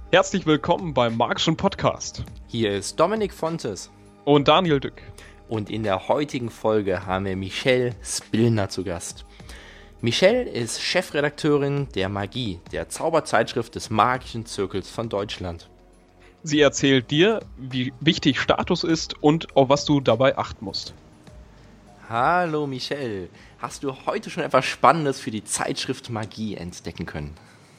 Herzlich willkommen beim Magischen Podcast. Hier ist Dominik Fontes. Und Daniel Dück. Und in der heutigen Folge haben wir Michelle Spillner zu Gast. Michelle ist Chefredakteurin der Magie, der Zauberzeitschrift des Magischen Zirkels von Deutschland. Sie erzählt dir, wie wichtig Status ist und auf was du dabei achten musst. Hallo Michelle, hast du heute schon etwas Spannendes für die Zeitschrift Magie entdecken können?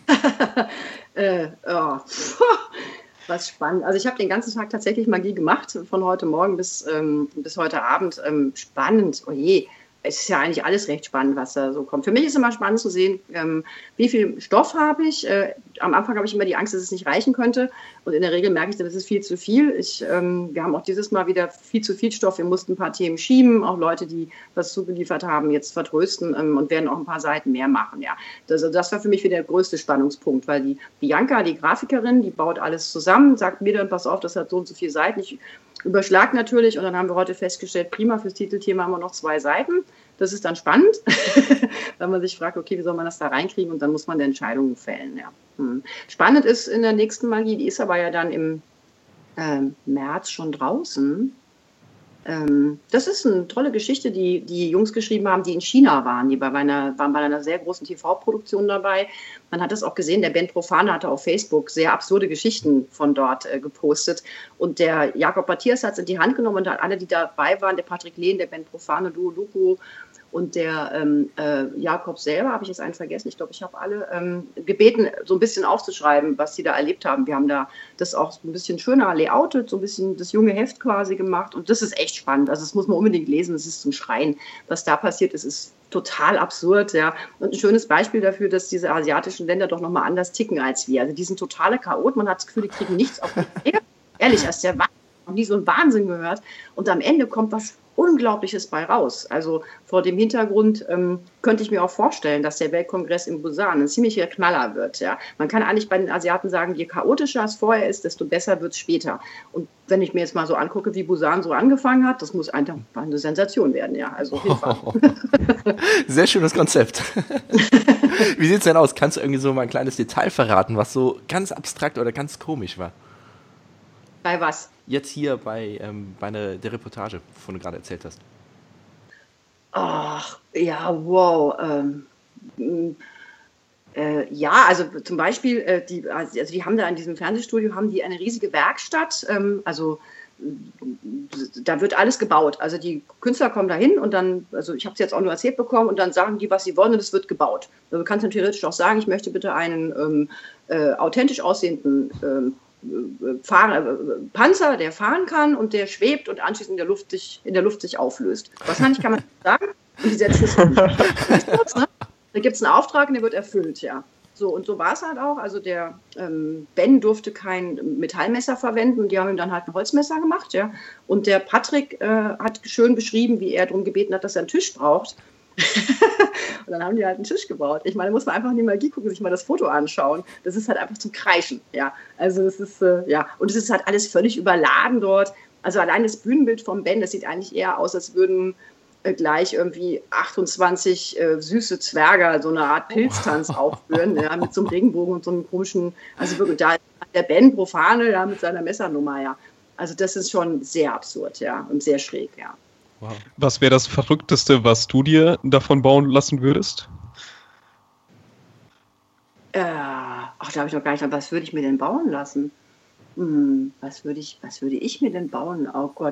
Was spannend. Also ich habe den ganzen Tag tatsächlich Magie gemacht, von heute Morgen bis heute Abend. Spannend, oh je. Es ist ja eigentlich alles recht spannend, was da so kommt. Für mich ist immer spannend zu sehen, wie viel Stoff habe ich. Am Anfang habe ich immer die Angst, dass es nicht reichen könnte. Und in der Regel merke ich, das ist viel zu viel. Wir haben auch dieses Mal wieder viel zu viel Stoff. Wir mussten ein paar Themen schieben. Auch Leute, die was zugeliefert haben, jetzt vertrösten und werden auch ein paar Seiten mehr machen. Ja. Das war für mich wieder der größte Spannungspunkt, weil die Bianca, die Grafikerin, die baut alles zusammen, sagt mir dann, pass auf, das hat so und so viele Seiten. Ich überschlag natürlich und dann haben wir heute festgestellt, prima, fürs Titelthema haben wir noch 2 Seiten. Das ist dann spannend, wenn man sich fragt, okay, wie soll man das da reinkriegen und dann muss man die Entscheidungen fällen. Ja. Spannend ist in der nächsten Magie, die ist aber ja dann im März schon draußen. Das ist eine tolle Geschichte, die die Jungs geschrieben haben, die in China waren. Die waren bei einer sehr großen TV-Produktion dabei. Man hat das auch gesehen, der Ben Profane hatte auf Facebook sehr absurde Geschichten von dort gepostet. Und der Jakob Matthias hat es in die Hand genommen und hat alle, die dabei waren, der Patrick Lehn, der Ben Profane, Duo Luco und der Jakob selber, habe ich jetzt einen vergessen, ich glaube, ich habe alle gebeten, so ein bisschen aufzuschreiben, was sie da erlebt haben. Wir haben da das auch so ein bisschen schöner layoutet, so ein bisschen das junge Heft quasi gemacht und das ist echt spannend. Also das muss man unbedingt lesen, das ist zum Schreien. Was da passiert ist total absurd, ja. Und ein schönes Beispiel dafür, dass diese asiatischen Länder doch nochmal anders ticken als wir. Also die sind totale Chaoten, man hat das Gefühl, die kriegen nichts auf die Wege. Ehrlich, das ist der Wahnsinn. Noch nie so einen Wahnsinn gehört. Und am Ende kommt was Unglaubliches bei raus. Also vor dem Hintergrund könnte ich mir auch vorstellen, dass der Weltkongress in Busan ein ziemlicher Knaller wird. Ja. Man kann eigentlich bei den Asiaten sagen, je chaotischer es vorher ist, desto besser wird es später. Und wenn ich mir jetzt mal so angucke, wie Busan so angefangen hat, das muss einfach eine Sensation werden. Ja. Also auf jeden Fall. Sehr schönes Konzept. Wie sieht es denn aus? Kannst du irgendwie so mal ein kleines Detail verraten, was so ganz abstrakt oder ganz komisch war? Bei was? Jetzt hier bei der Reportage, wovon du gerade erzählt hast. Ach, ja, wow. Ja, also zum Beispiel, die haben da in diesem Fernsehstudio haben die eine riesige Werkstatt. Da wird alles gebaut. Also die Künstler kommen da hin und dann, also ich habe es jetzt auch nur erzählt bekommen und dann sagen die, was sie wollen und es wird gebaut. Also du kannst dann theoretisch auch sagen, ich möchte bitte einen authentisch aussehenden Panzer, der fahren kann und der schwebt und anschließend in der Luft sich auflöst. Wahrscheinlich kann man das sagen und die setzen es um. Da gibt es einen Auftrag und der wird erfüllt, ja. So, und so war es halt auch. Also der Ben durfte kein Metallmesser verwenden und die haben ihm dann halt ein Holzmesser gemacht, ja. Und der Patrick hat schön beschrieben, wie er darum gebeten hat, dass er einen Tisch braucht. Und dann haben die halt einen Tisch gebaut. Ich meine, da muss man einfach in die Magie gucken, sich mal das Foto anschauen. Das ist halt einfach zum Kreischen, ja. Also das ist, ja. Und es ist halt alles völlig überladen dort. Also allein das Bühnenbild vom Ben, das sieht eigentlich eher aus, als würden gleich irgendwie 28 süße Zwerge so eine Art Pilztanz aufführen, ja, mit so einem Regenbogen und so einem komischen, also wirklich, da der Ben Profane, ja, mit seiner Messernummer, ja. Also das ist schon sehr absurd, ja, und sehr schräg, ja. Wow. Was wäre das Verrückteste, was du dir davon bauen lassen würdest? Da habe ich noch gar nicht, was würde ich mir denn bauen lassen? Was würde ich mir denn bauen? Oh Gott.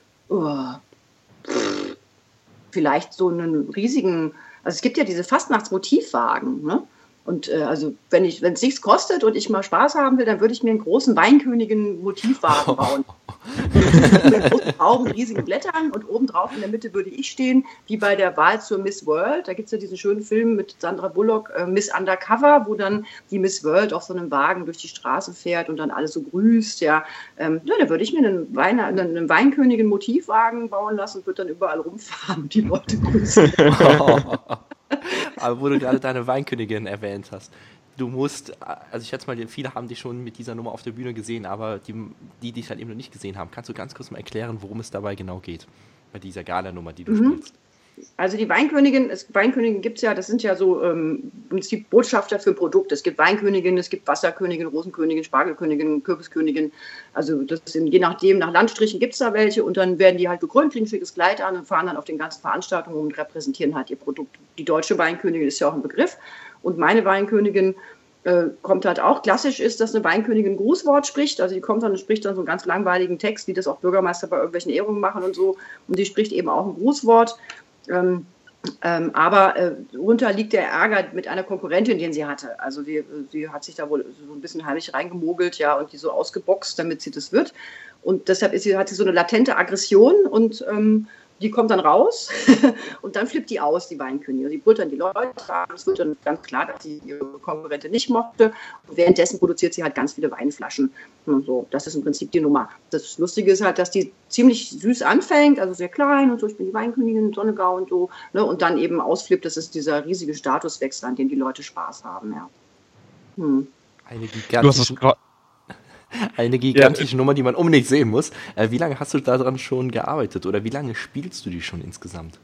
Vielleicht so einen riesigen, also es gibt ja diese Fastnachtsmotivwagen, ne? Und also wenn es nichts kostet und ich mal Spaß haben will, dann würde ich mir einen großen Weinkönigen-Motivwagen bauen. Mit großen Trauben, riesigen Blättern und obendrauf in der Mitte würde ich stehen, wie bei der Wahl zur Miss World. Da gibt es ja diesen schönen Film mit Sandra Bullock, Miss Undercover, wo dann die Miss World auf so einem Wagen durch die Straße fährt und dann alles so grüßt. Ja, da würde ich mir einen Weinkönigen-Motivwagen bauen lassen und würde dann überall rumfahren und die Leute grüßen. Aber wo du gerade deine Weinkönigin erwähnt hast, du musst, also ich schätze mal, viele haben dich schon mit dieser Nummer auf der Bühne gesehen, aber die dich halt eben noch nicht gesehen haben, kannst du ganz kurz mal erklären, worum es dabei genau geht, bei dieser Gala-Nummer, die du spielst? Also die Weinkönigin gibt es ja, das sind ja so im Prinzip Botschafter für Produkte. Es gibt Weinkönigin, es gibt Wasserkönigin, Rosenkönigin, Spargelkönigin, Kürbiskönigin. Also das sind, je nachdem, nach Landstrichen gibt es da welche und dann werden die halt gekrönt, kriegen ein schickes Kleid an und fahren dann auf den ganzen Veranstaltungen und repräsentieren halt ihr Produkt. Die deutsche Weinkönigin ist ja auch ein Begriff und meine Weinkönigin kommt halt auch, klassisch ist, dass eine Weinkönigin ein Grußwort spricht, also die kommt dann und spricht dann so einen ganz langweiligen Text, wie das auch Bürgermeister bei irgendwelchen Ehrungen machen und so, und die spricht eben auch ein Grußwort, aber darunter liegt der Ärger mit einer Konkurrentin, den sie hatte, also sie hat sich da wohl so ein bisschen heimlich reingemogelt, ja, und die so ausgeboxt, damit sie das wird, und deshalb hat sie so eine latente Aggression und die kommt dann raus und dann flippt die aus, die Weinkönigin. Sie brüllt dann die Leute an. Es wird dann ganz klar, dass sie ihre Konkurrentin nicht mochte. Und währenddessen produziert sie halt ganz viele Weinflaschen. Und so. Das ist im Prinzip die Nummer. Das Lustige ist halt, dass die ziemlich süß anfängt, also sehr klein und so. Ich bin die Weinkönigin, Sonnegau und so. Ne? Und dann eben ausflippt. Das ist dieser riesige Statuswechsel, an dem die Leute Spaß haben. Ja. Eine gigantische Nummer, die man unbedingt sehen muss. Wie lange hast du daran schon gearbeitet oder wie lange spielst du die schon insgesamt?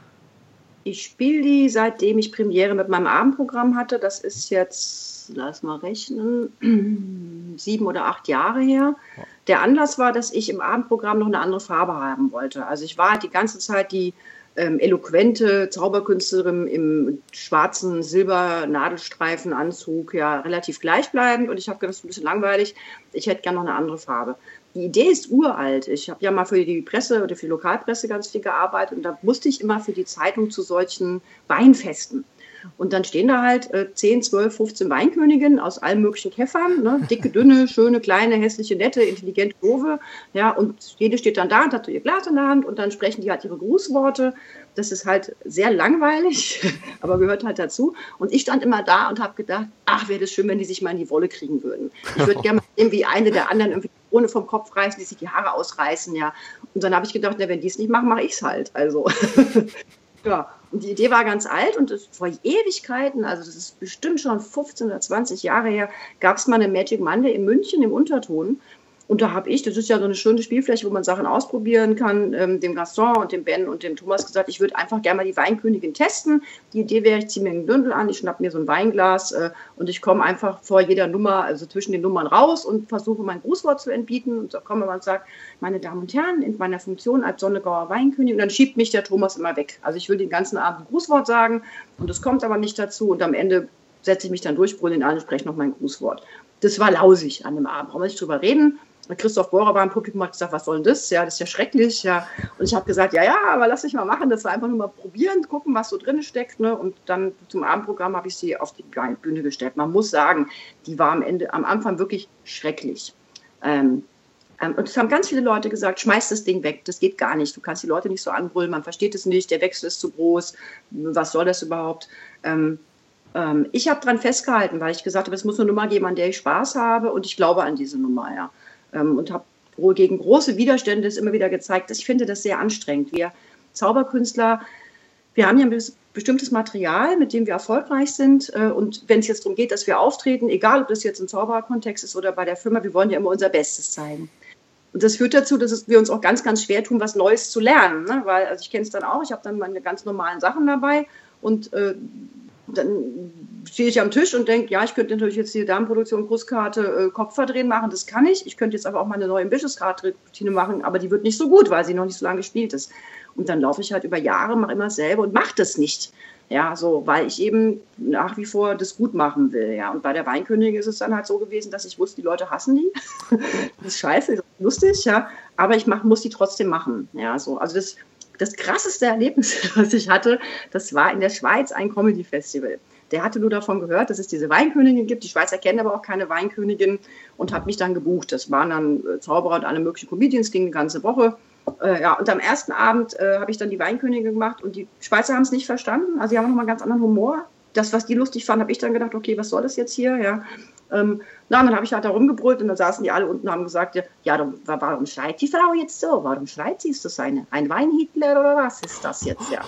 Ich spiele die, seitdem ich Premiere mit meinem Abendprogramm hatte. Das ist jetzt, lass mal rechnen, 7 oder 8 Jahre her. Der Anlass war, dass ich im Abendprogramm noch eine andere Farbe haben wollte. Also ich war halt die ganze Zeit die eloquente Zauberkünstlerin im schwarzen Silber-Nadelstreifen-Anzug, ja, relativ gleichbleibend. Und ich habe gedacht, das ist ein bisschen langweilig. Ich hätte gerne noch eine andere Farbe. Die Idee ist uralt. Ich habe ja mal für die Presse oder für die Lokalpresse ganz viel gearbeitet. Und da musste ich immer für die Zeitung zu solchen Weinfesten. Und dann stehen da halt 10, 12, 15 Weinköniginnen aus allen möglichen Käffern, ne? Dicke, dünne, schöne, kleine, hässliche, nette, intelligente, doofe. Ja, und jede steht dann da und hat so ihr Glas in der Hand und dann sprechen die halt ihre Grußworte. Das ist halt sehr langweilig, aber gehört halt dazu. Und ich stand immer da und habe gedacht, ach, wäre das schön, wenn die sich mal in die Wolle kriegen würden. Ich würde gerne mal irgendwie eine der anderen irgendwie ohne vom Kopf reißen, die sich die Haare ausreißen, ja. Und dann habe ich gedacht, na, wenn die es nicht machen, mache ich es halt. Also, ja. Und die Idee war ganz alt und vor Ewigkeiten, also das ist bestimmt schon 15 oder 20 Jahre her, gab es mal eine Magic Monday in München im Unterton. Und da habe ich, das ist ja so eine schöne Spielfläche, wo man Sachen ausprobieren kann, dem Gaston und dem Ben und dem Thomas gesagt, ich würde einfach gerne mal die Weinkönigin testen. Die Idee wäre, ich ziehe mir einen Bündel an, ich schnappe mir so ein Weinglas und ich komme einfach vor jeder Nummer, also zwischen den Nummern raus und versuche mein Grußwort zu entbieten. Und da komme man und sagt, meine Damen und Herren, in meiner Funktion als Sonnegauer Weinkönigin. Und dann schiebt mich der Thomas immer weg. Also ich will den ganzen Abend ein Grußwort sagen und es kommt aber nicht dazu. Und am Ende setze ich mich dann durch, brülle ihn an und spreche noch mein Grußwort. Das war lausig an dem Abend, brauchen wir nicht drüber reden. Christoph Bohrer war im Publikum und hat gesagt, was soll denn das? Ja, das ist ja schrecklich. Ja. Und ich habe gesagt, ja, aber lass mich mal machen. Das war einfach nur mal probieren, gucken, was so drin steckt. Ne? Und dann zum Abendprogramm habe ich sie auf die Bühne gestellt. Man muss sagen, die war am Anfang wirklich schrecklich. Und es haben ganz viele Leute gesagt, schmeiß das Ding weg, das geht gar nicht. Du kannst die Leute nicht so anbrüllen, man versteht es nicht, der Wechsel ist zu groß. Was soll das überhaupt? Ich habe dran festgehalten, weil ich gesagt habe, es muss eine Nummer geben, an der ich Spaß habe. Und ich glaube an diese Nummer, ja. Und habe gegen große Widerstände es immer wieder gezeigt. Ich finde das sehr anstrengend. Wir Zauberkünstler, wir haben ja ein bestimmtes Material, mit dem wir erfolgreich sind. Und wenn es jetzt darum geht, dass wir auftreten, egal ob das jetzt im Zaubererkontext ist oder bei der Firma, wir wollen ja immer unser Bestes zeigen. Und das führt dazu, dass wir uns auch ganz, ganz schwer tun, was Neues zu lernen. Ne? Weil, also ich kenne es dann auch, ich habe dann meine ganz normalen Sachen dabei und dann stehe ich am Tisch und denke, ja, ich könnte natürlich jetzt die Damenproduktion, Brustkarte, Kopf verdrehen machen, das kann ich. Ich könnte jetzt aber auch mal eine neue Ambitious-Routine machen, aber die wird nicht so gut, weil sie noch nicht so lange gespielt ist. Und dann laufe ich halt über Jahre, mache immer dasselbe und mache das nicht. Ja, so, weil ich eben nach wie vor das gut machen will. Ja, und bei der Weinkönigin ist es dann halt so gewesen, dass ich wusste, die Leute hassen die. Das ist scheiße, das ist lustig, ja, aber ich muss die trotzdem machen. Ja, so, also das krasseste Erlebnis, was ich hatte, das war in der Schweiz ein Comedy-Festival. Der hatte nur davon gehört, dass es diese Weinkönigin gibt. Die Schweizer kennen aber auch keine Weinkönigin und hat mich dann gebucht. Das waren dann Zauberer und alle möglichen Comedians, ging eine ganze Woche. Und am ersten Abend habe ich dann die Weinkönigin gemacht und die Schweizer haben es nicht verstanden. Also die haben nochmal einen ganz anderen Humor. Das, was die lustig fanden, habe ich dann gedacht, okay, was soll das jetzt hier? Ja. Und dann habe ich halt da rumgebrüllt und dann saßen die alle unten und haben gesagt, ja, warum schreit die Frau jetzt so? Warum schreit sie? Ist das ein Weinhitler oder was ist das jetzt? Ja,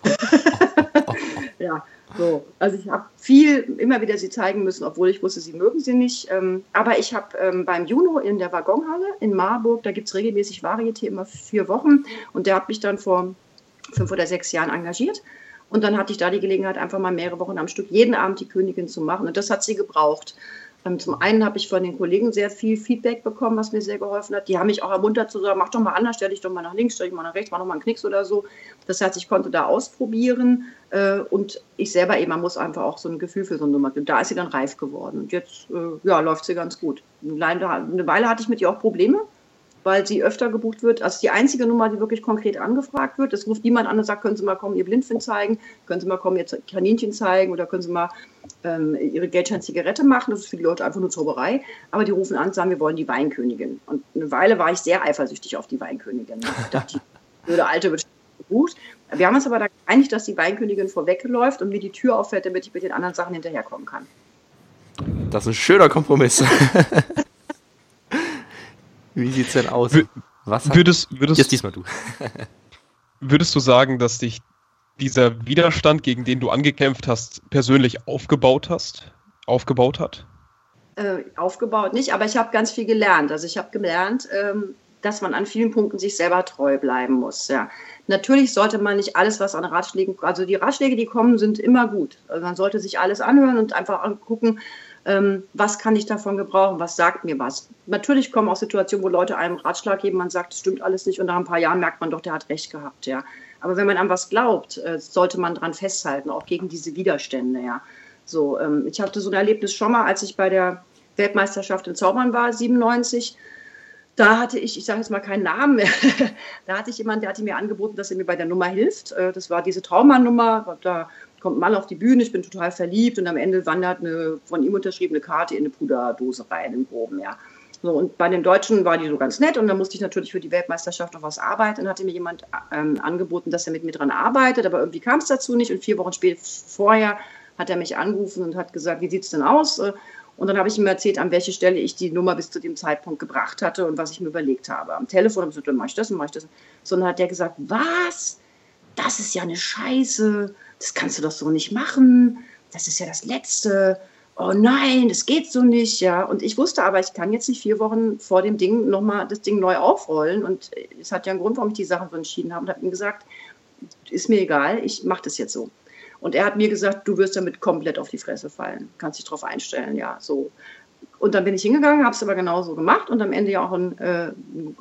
ja, so. Also ich habe immer wieder sie zeigen müssen, obwohl ich wusste, sie mögen sie nicht. Aber ich habe beim Juno in der Waggonhalle in Marburg, da gibt es regelmäßig Varieté, immer 4 Wochen. Und der hat mich dann vor 5 oder 6 Jahren engagiert. Und dann hatte ich da die Gelegenheit, einfach mal mehrere Wochen am Stück jeden Abend die Königin zu machen. Und das hat sie gebraucht. Zum einen habe ich von den Kollegen sehr viel Feedback bekommen, was mir sehr geholfen hat. Die haben mich auch ermuntert zu sagen, mach doch mal anders, stell dich doch mal nach links, stell dich mal nach rechts, mach doch mal einen Knicks oder so. Das heißt, ich konnte da ausprobieren und ich selber eben, man muss einfach auch so ein Gefühl für so eine Nummer. Und da ist sie dann reif geworden. Und jetzt läuft sie ganz gut. Eine Weile hatte ich mit ihr auch Probleme, weil sie öfter gebucht wird. Also die einzige Nummer, die wirklich konkret angefragt wird. Es ruft niemand an und sagt, können Sie mal kommen, Ihr Blindfilm zeigen, können Sie mal kommen, Ihr Kaninchen zeigen oder können Sie mal Ihre Geldschein-Zigarette machen. Das ist für die Leute einfach nur Zauberei. Aber die rufen an und sagen, wir wollen die Weinkönigin. Und eine Weile war ich sehr eifersüchtig auf die Weinkönigin. Ich dachte, die blöde Alte wird gebucht. Wir haben uns aber da geeinigt, dass die Weinkönigin vorwegläuft und mir die Tür auffällt, damit ich mit den anderen Sachen hinterherkommen kann. Das ist ein schöner Kompromiss. Wie sieht's denn aus? Jetzt diesmal du. Würdest du sagen, dass dich dieser Widerstand, gegen den du angekämpft hast, persönlich aufgebaut hat? Aufgebaut nicht, aber ich habe ganz viel gelernt. Also ich habe gelernt, dass man an vielen Punkten sich selber treu bleiben muss. Ja. Natürlich sollte man nicht alles, was an Ratschlägen, also die Ratschläge, die kommen, sind immer gut. Also man sollte sich alles anhören und einfach angucken, was kann ich davon gebrauchen, was sagt mir was. Natürlich kommen auch Situationen, wo Leute einem Ratschlag geben, man sagt, das stimmt alles nicht und nach ein paar Jahren merkt man doch, der hat recht gehabt. Ja. Aber wenn man an was glaubt, sollte man dran festhalten, auch gegen diese Widerstände. Ja. So, ich hatte so ein Erlebnis schon mal, als ich bei der Weltmeisterschaft in Zaubern war, 97. Da hatte ich sage jetzt mal keinen Namen mehr, da hatte ich jemanden, der hatte mir angeboten, dass er mir bei der Nummer hilft. Das war diese Traummann-Nummer, da kommt ein Mann auf die Bühne, ich bin total verliebt und am Ende wandert eine von ihm unterschriebene Karte in eine Puderdose rein, im Groben, ja. So, und bei den Deutschen war die so ganz nett und dann musste ich natürlich für die Weltmeisterschaft noch was arbeiten und hatte mir jemand angeboten, dass er mit mir dran arbeitet, aber irgendwie kam es dazu nicht und 4 Wochen vorher hat er mich angerufen und hat gesagt, wie sieht es denn aus? Und dann habe ich ihm erzählt, an welche Stelle ich die Nummer bis zu dem Zeitpunkt gebracht hatte und was ich mir überlegt habe. Am Telefon habe ich gesagt, dann mache ich das und mache ich das. So, dann hat der gesagt, was? Das ist ja eine Scheiße. Das kannst du doch so nicht machen. Das ist ja das Letzte. Oh nein, das geht so nicht. Ja. Und ich wusste aber, ich kann jetzt nicht 4 Wochen vor dem Ding nochmal das Ding neu aufrollen. Und es hat ja einen Grund, warum ich die Sachen so entschieden habe. Und habe ihm gesagt, ist mir egal, ich mache das jetzt so. Und er hat mir gesagt, du wirst damit komplett auf die Fresse fallen. Kannst dich drauf einstellen, ja, so. Und dann bin ich hingegangen, habe es aber genauso gemacht und am Ende ja auch das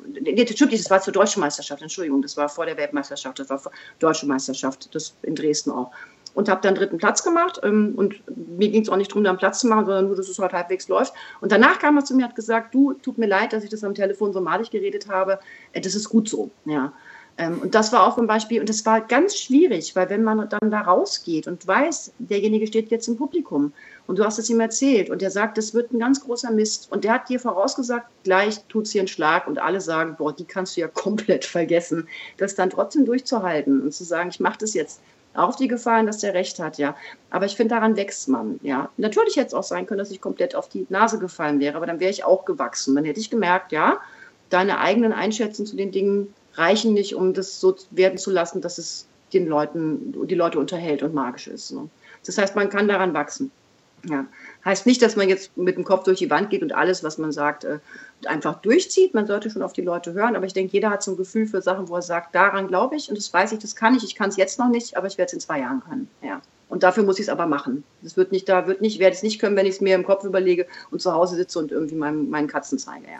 war zur Deutschen Meisterschaft, Entschuldigung, das war vor der Weltmeisterschaft, das war vor der Deutschen Meisterschaft, das in Dresden auch. Und habe dann 3. Platz gemacht und mir ging es auch nicht darum, da einen Platz zu machen, sondern nur, dass es halt halbwegs läuft. Und danach kam er zu mir und hat gesagt, du, tut mir leid, dass ich das am Telefon so malig geredet habe, das ist gut so, ja. Und das war auch ein Beispiel, und das war ganz schwierig, weil wenn man dann da rausgeht und weiß, derjenige steht jetzt im Publikum und du hast es ihm erzählt und der sagt, das wird ein ganz großer Mist und der hat dir vorausgesagt, gleich tut es hier einen Schlag und alle sagen, boah, die kannst du ja komplett vergessen, das dann trotzdem durchzuhalten und zu sagen, ich mache das jetzt auf die Gefahren, dass der recht hat, ja. Aber ich finde, daran wächst man, ja. Natürlich hätte es auch sein können, dass ich komplett auf die Nase gefallen wäre, aber dann wäre ich auch gewachsen. Dann hätte ich gemerkt, ja, deine eigenen Einschätzungen zu den Dingen reichen nicht, um das so werden zu lassen, dass es die Leute unterhält und magisch ist. Ne? Das heißt, man kann daran wachsen. Ja. Heißt nicht, dass man jetzt mit dem Kopf durch die Wand geht und alles, was man sagt, einfach durchzieht. Man sollte schon auf die Leute hören, aber ich denke, jeder hat so ein Gefühl für Sachen, wo er sagt, daran glaube ich und das weiß ich, das kann ich. Ich kann es jetzt noch nicht, aber ich werde es in 2 Jahren können. Ja. Und dafür muss ich es aber machen. Ich werde es nicht können, wenn ich es mir im Kopf überlege und zu Hause sitze und irgendwie meinen Katzen zeige. Ja.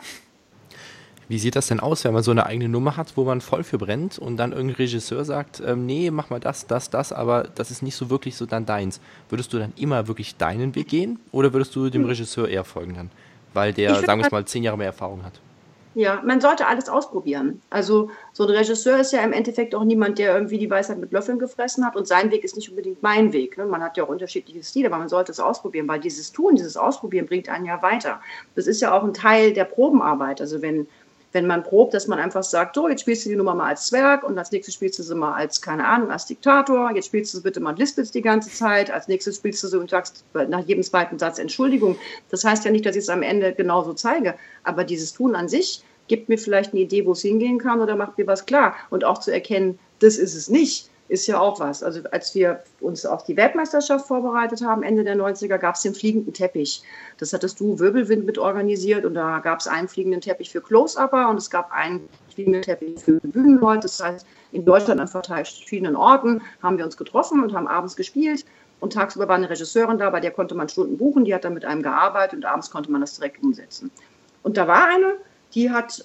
Wie sieht das denn aus, wenn man so eine eigene Nummer hat, wo man voll für brennt und dann irgendein Regisseur sagt, nee, mach mal das, aber das ist nicht so wirklich so dann deins. Würdest du dann immer wirklich deinen Weg gehen oder würdest du dem Regisseur eher folgen dann? Weil der, sagen wir es mal, 10 Jahre mehr Erfahrung hat. Ja, man sollte alles ausprobieren. Also so ein Regisseur ist ja im Endeffekt auch niemand, der irgendwie die Weisheit mit Löffeln gefressen hat und sein Weg ist nicht unbedingt mein Weg. Ne? Man hat ja auch unterschiedliche Stile, aber man sollte es ausprobieren, weil dieses Tun, dieses Ausprobieren bringt einen ja weiter. Das ist ja auch ein Teil der Probenarbeit. Also wenn man probt, dass man einfach sagt, so, jetzt spielst du die Nummer mal als Zwerg und als nächstes spielst du sie mal als, keine Ahnung, als Diktator, jetzt spielst du sie bitte mal lispelst die ganze Zeit, als nächstes spielst du sie und sagst nach jedem zweiten Satz Entschuldigung. Das heißt ja nicht, dass ich es am Ende genauso zeige, aber dieses Tun an sich gibt mir vielleicht eine Idee, wo es hingehen kann oder macht mir was klar. Und auch zu erkennen, das ist es nicht, ist ja auch was. Also als wir uns auf die Weltmeisterschaft vorbereitet haben, Ende der 90er, gab es den fliegenden Teppich. Das hattest du Wirbelwind mit organisiert und da gab es einen fliegenden Teppich für Close-Upper und es gab einen fliegende Teppiche für Bühnenleute. Das heißt, in Deutschland an verschiedenen Orten haben wir uns getroffen und haben abends gespielt. Und tagsüber war eine Regisseurin da, bei der konnte man Stunden buchen, die hat dann mit einem gearbeitet und abends konnte man das direkt umsetzen. Und da war eine, die hat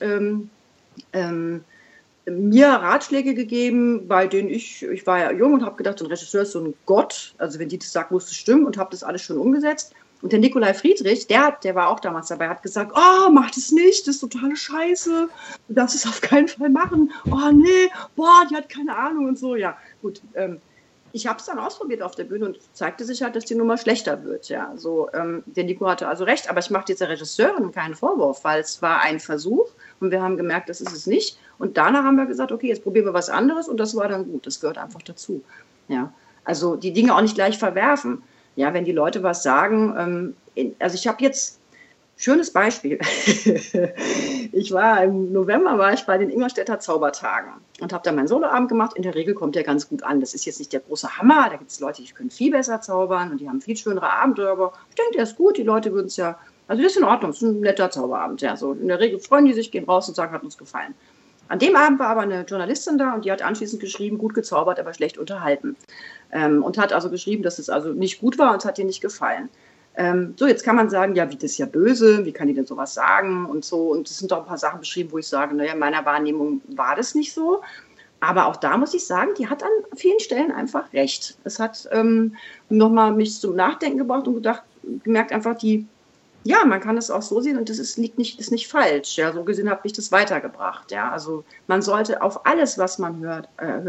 mir Ratschläge gegeben, bei denen ich war ja jung und habe gedacht, ein Regisseur ist so ein Gott, also wenn die das sagt, muss es stimmen und habe das alles schon umgesetzt. Und der Nikolai Friedrich, der war auch damals dabei, hat gesagt, oh, mach das nicht, das ist totale Scheiße, du darfst es auf keinen Fall machen, oh nee, boah, die hat keine Ahnung und so, ja, gut, ich habe es dann ausprobiert auf der Bühne und zeigte sich halt, dass die Nummer schlechter wird. Ja, so, der Nico hatte also recht, aber ich mache dieser Regisseurin keinen Vorwurf, weil es war ein Versuch und wir haben gemerkt, das ist es nicht. Und danach haben wir gesagt, okay, jetzt probieren wir was anderes und das war dann gut. Das gehört einfach dazu. Ja, also die Dinge auch nicht gleich verwerfen. Ja, wenn die Leute was sagen, also ich habe jetzt schönes Beispiel. Im November war ich bei den Ingolstädter Zaubertagen und habe da meinen Soloabend gemacht. In der Regel kommt der ganz gut an. Das ist jetzt nicht der große Hammer. Da gibt es Leute, die können viel besser zaubern und die haben viel schönere Abende. Aber ich denke, der ist gut. Die Leute würden es ja, also das ist in Ordnung. Das ist ein netter Zauberabend. Ja, so in der Regel freuen die sich, gehen raus und sagen, hat uns gefallen. An dem Abend war aber eine Journalistin da und die hat anschließend geschrieben, gut gezaubert, aber schlecht unterhalten. Und hat also geschrieben, dass es also nicht gut war und es hat ihr nicht gefallen. So, jetzt kann man sagen, ja, wie das ist ja böse, wie kann die denn sowas sagen und so. Und es sind doch ein paar Sachen beschrieben, wo ich sage, naja, in meiner Wahrnehmung war das nicht so. Aber auch da muss ich sagen, die hat an vielen Stellen einfach recht. Es hat nochmal mich zum Nachdenken gebracht und gemerkt einfach, ja, man kann es auch so sehen und das ist nicht falsch. Ja, so gesehen hat mich das weitergebracht. Ja, also man sollte auf alles, was man hört,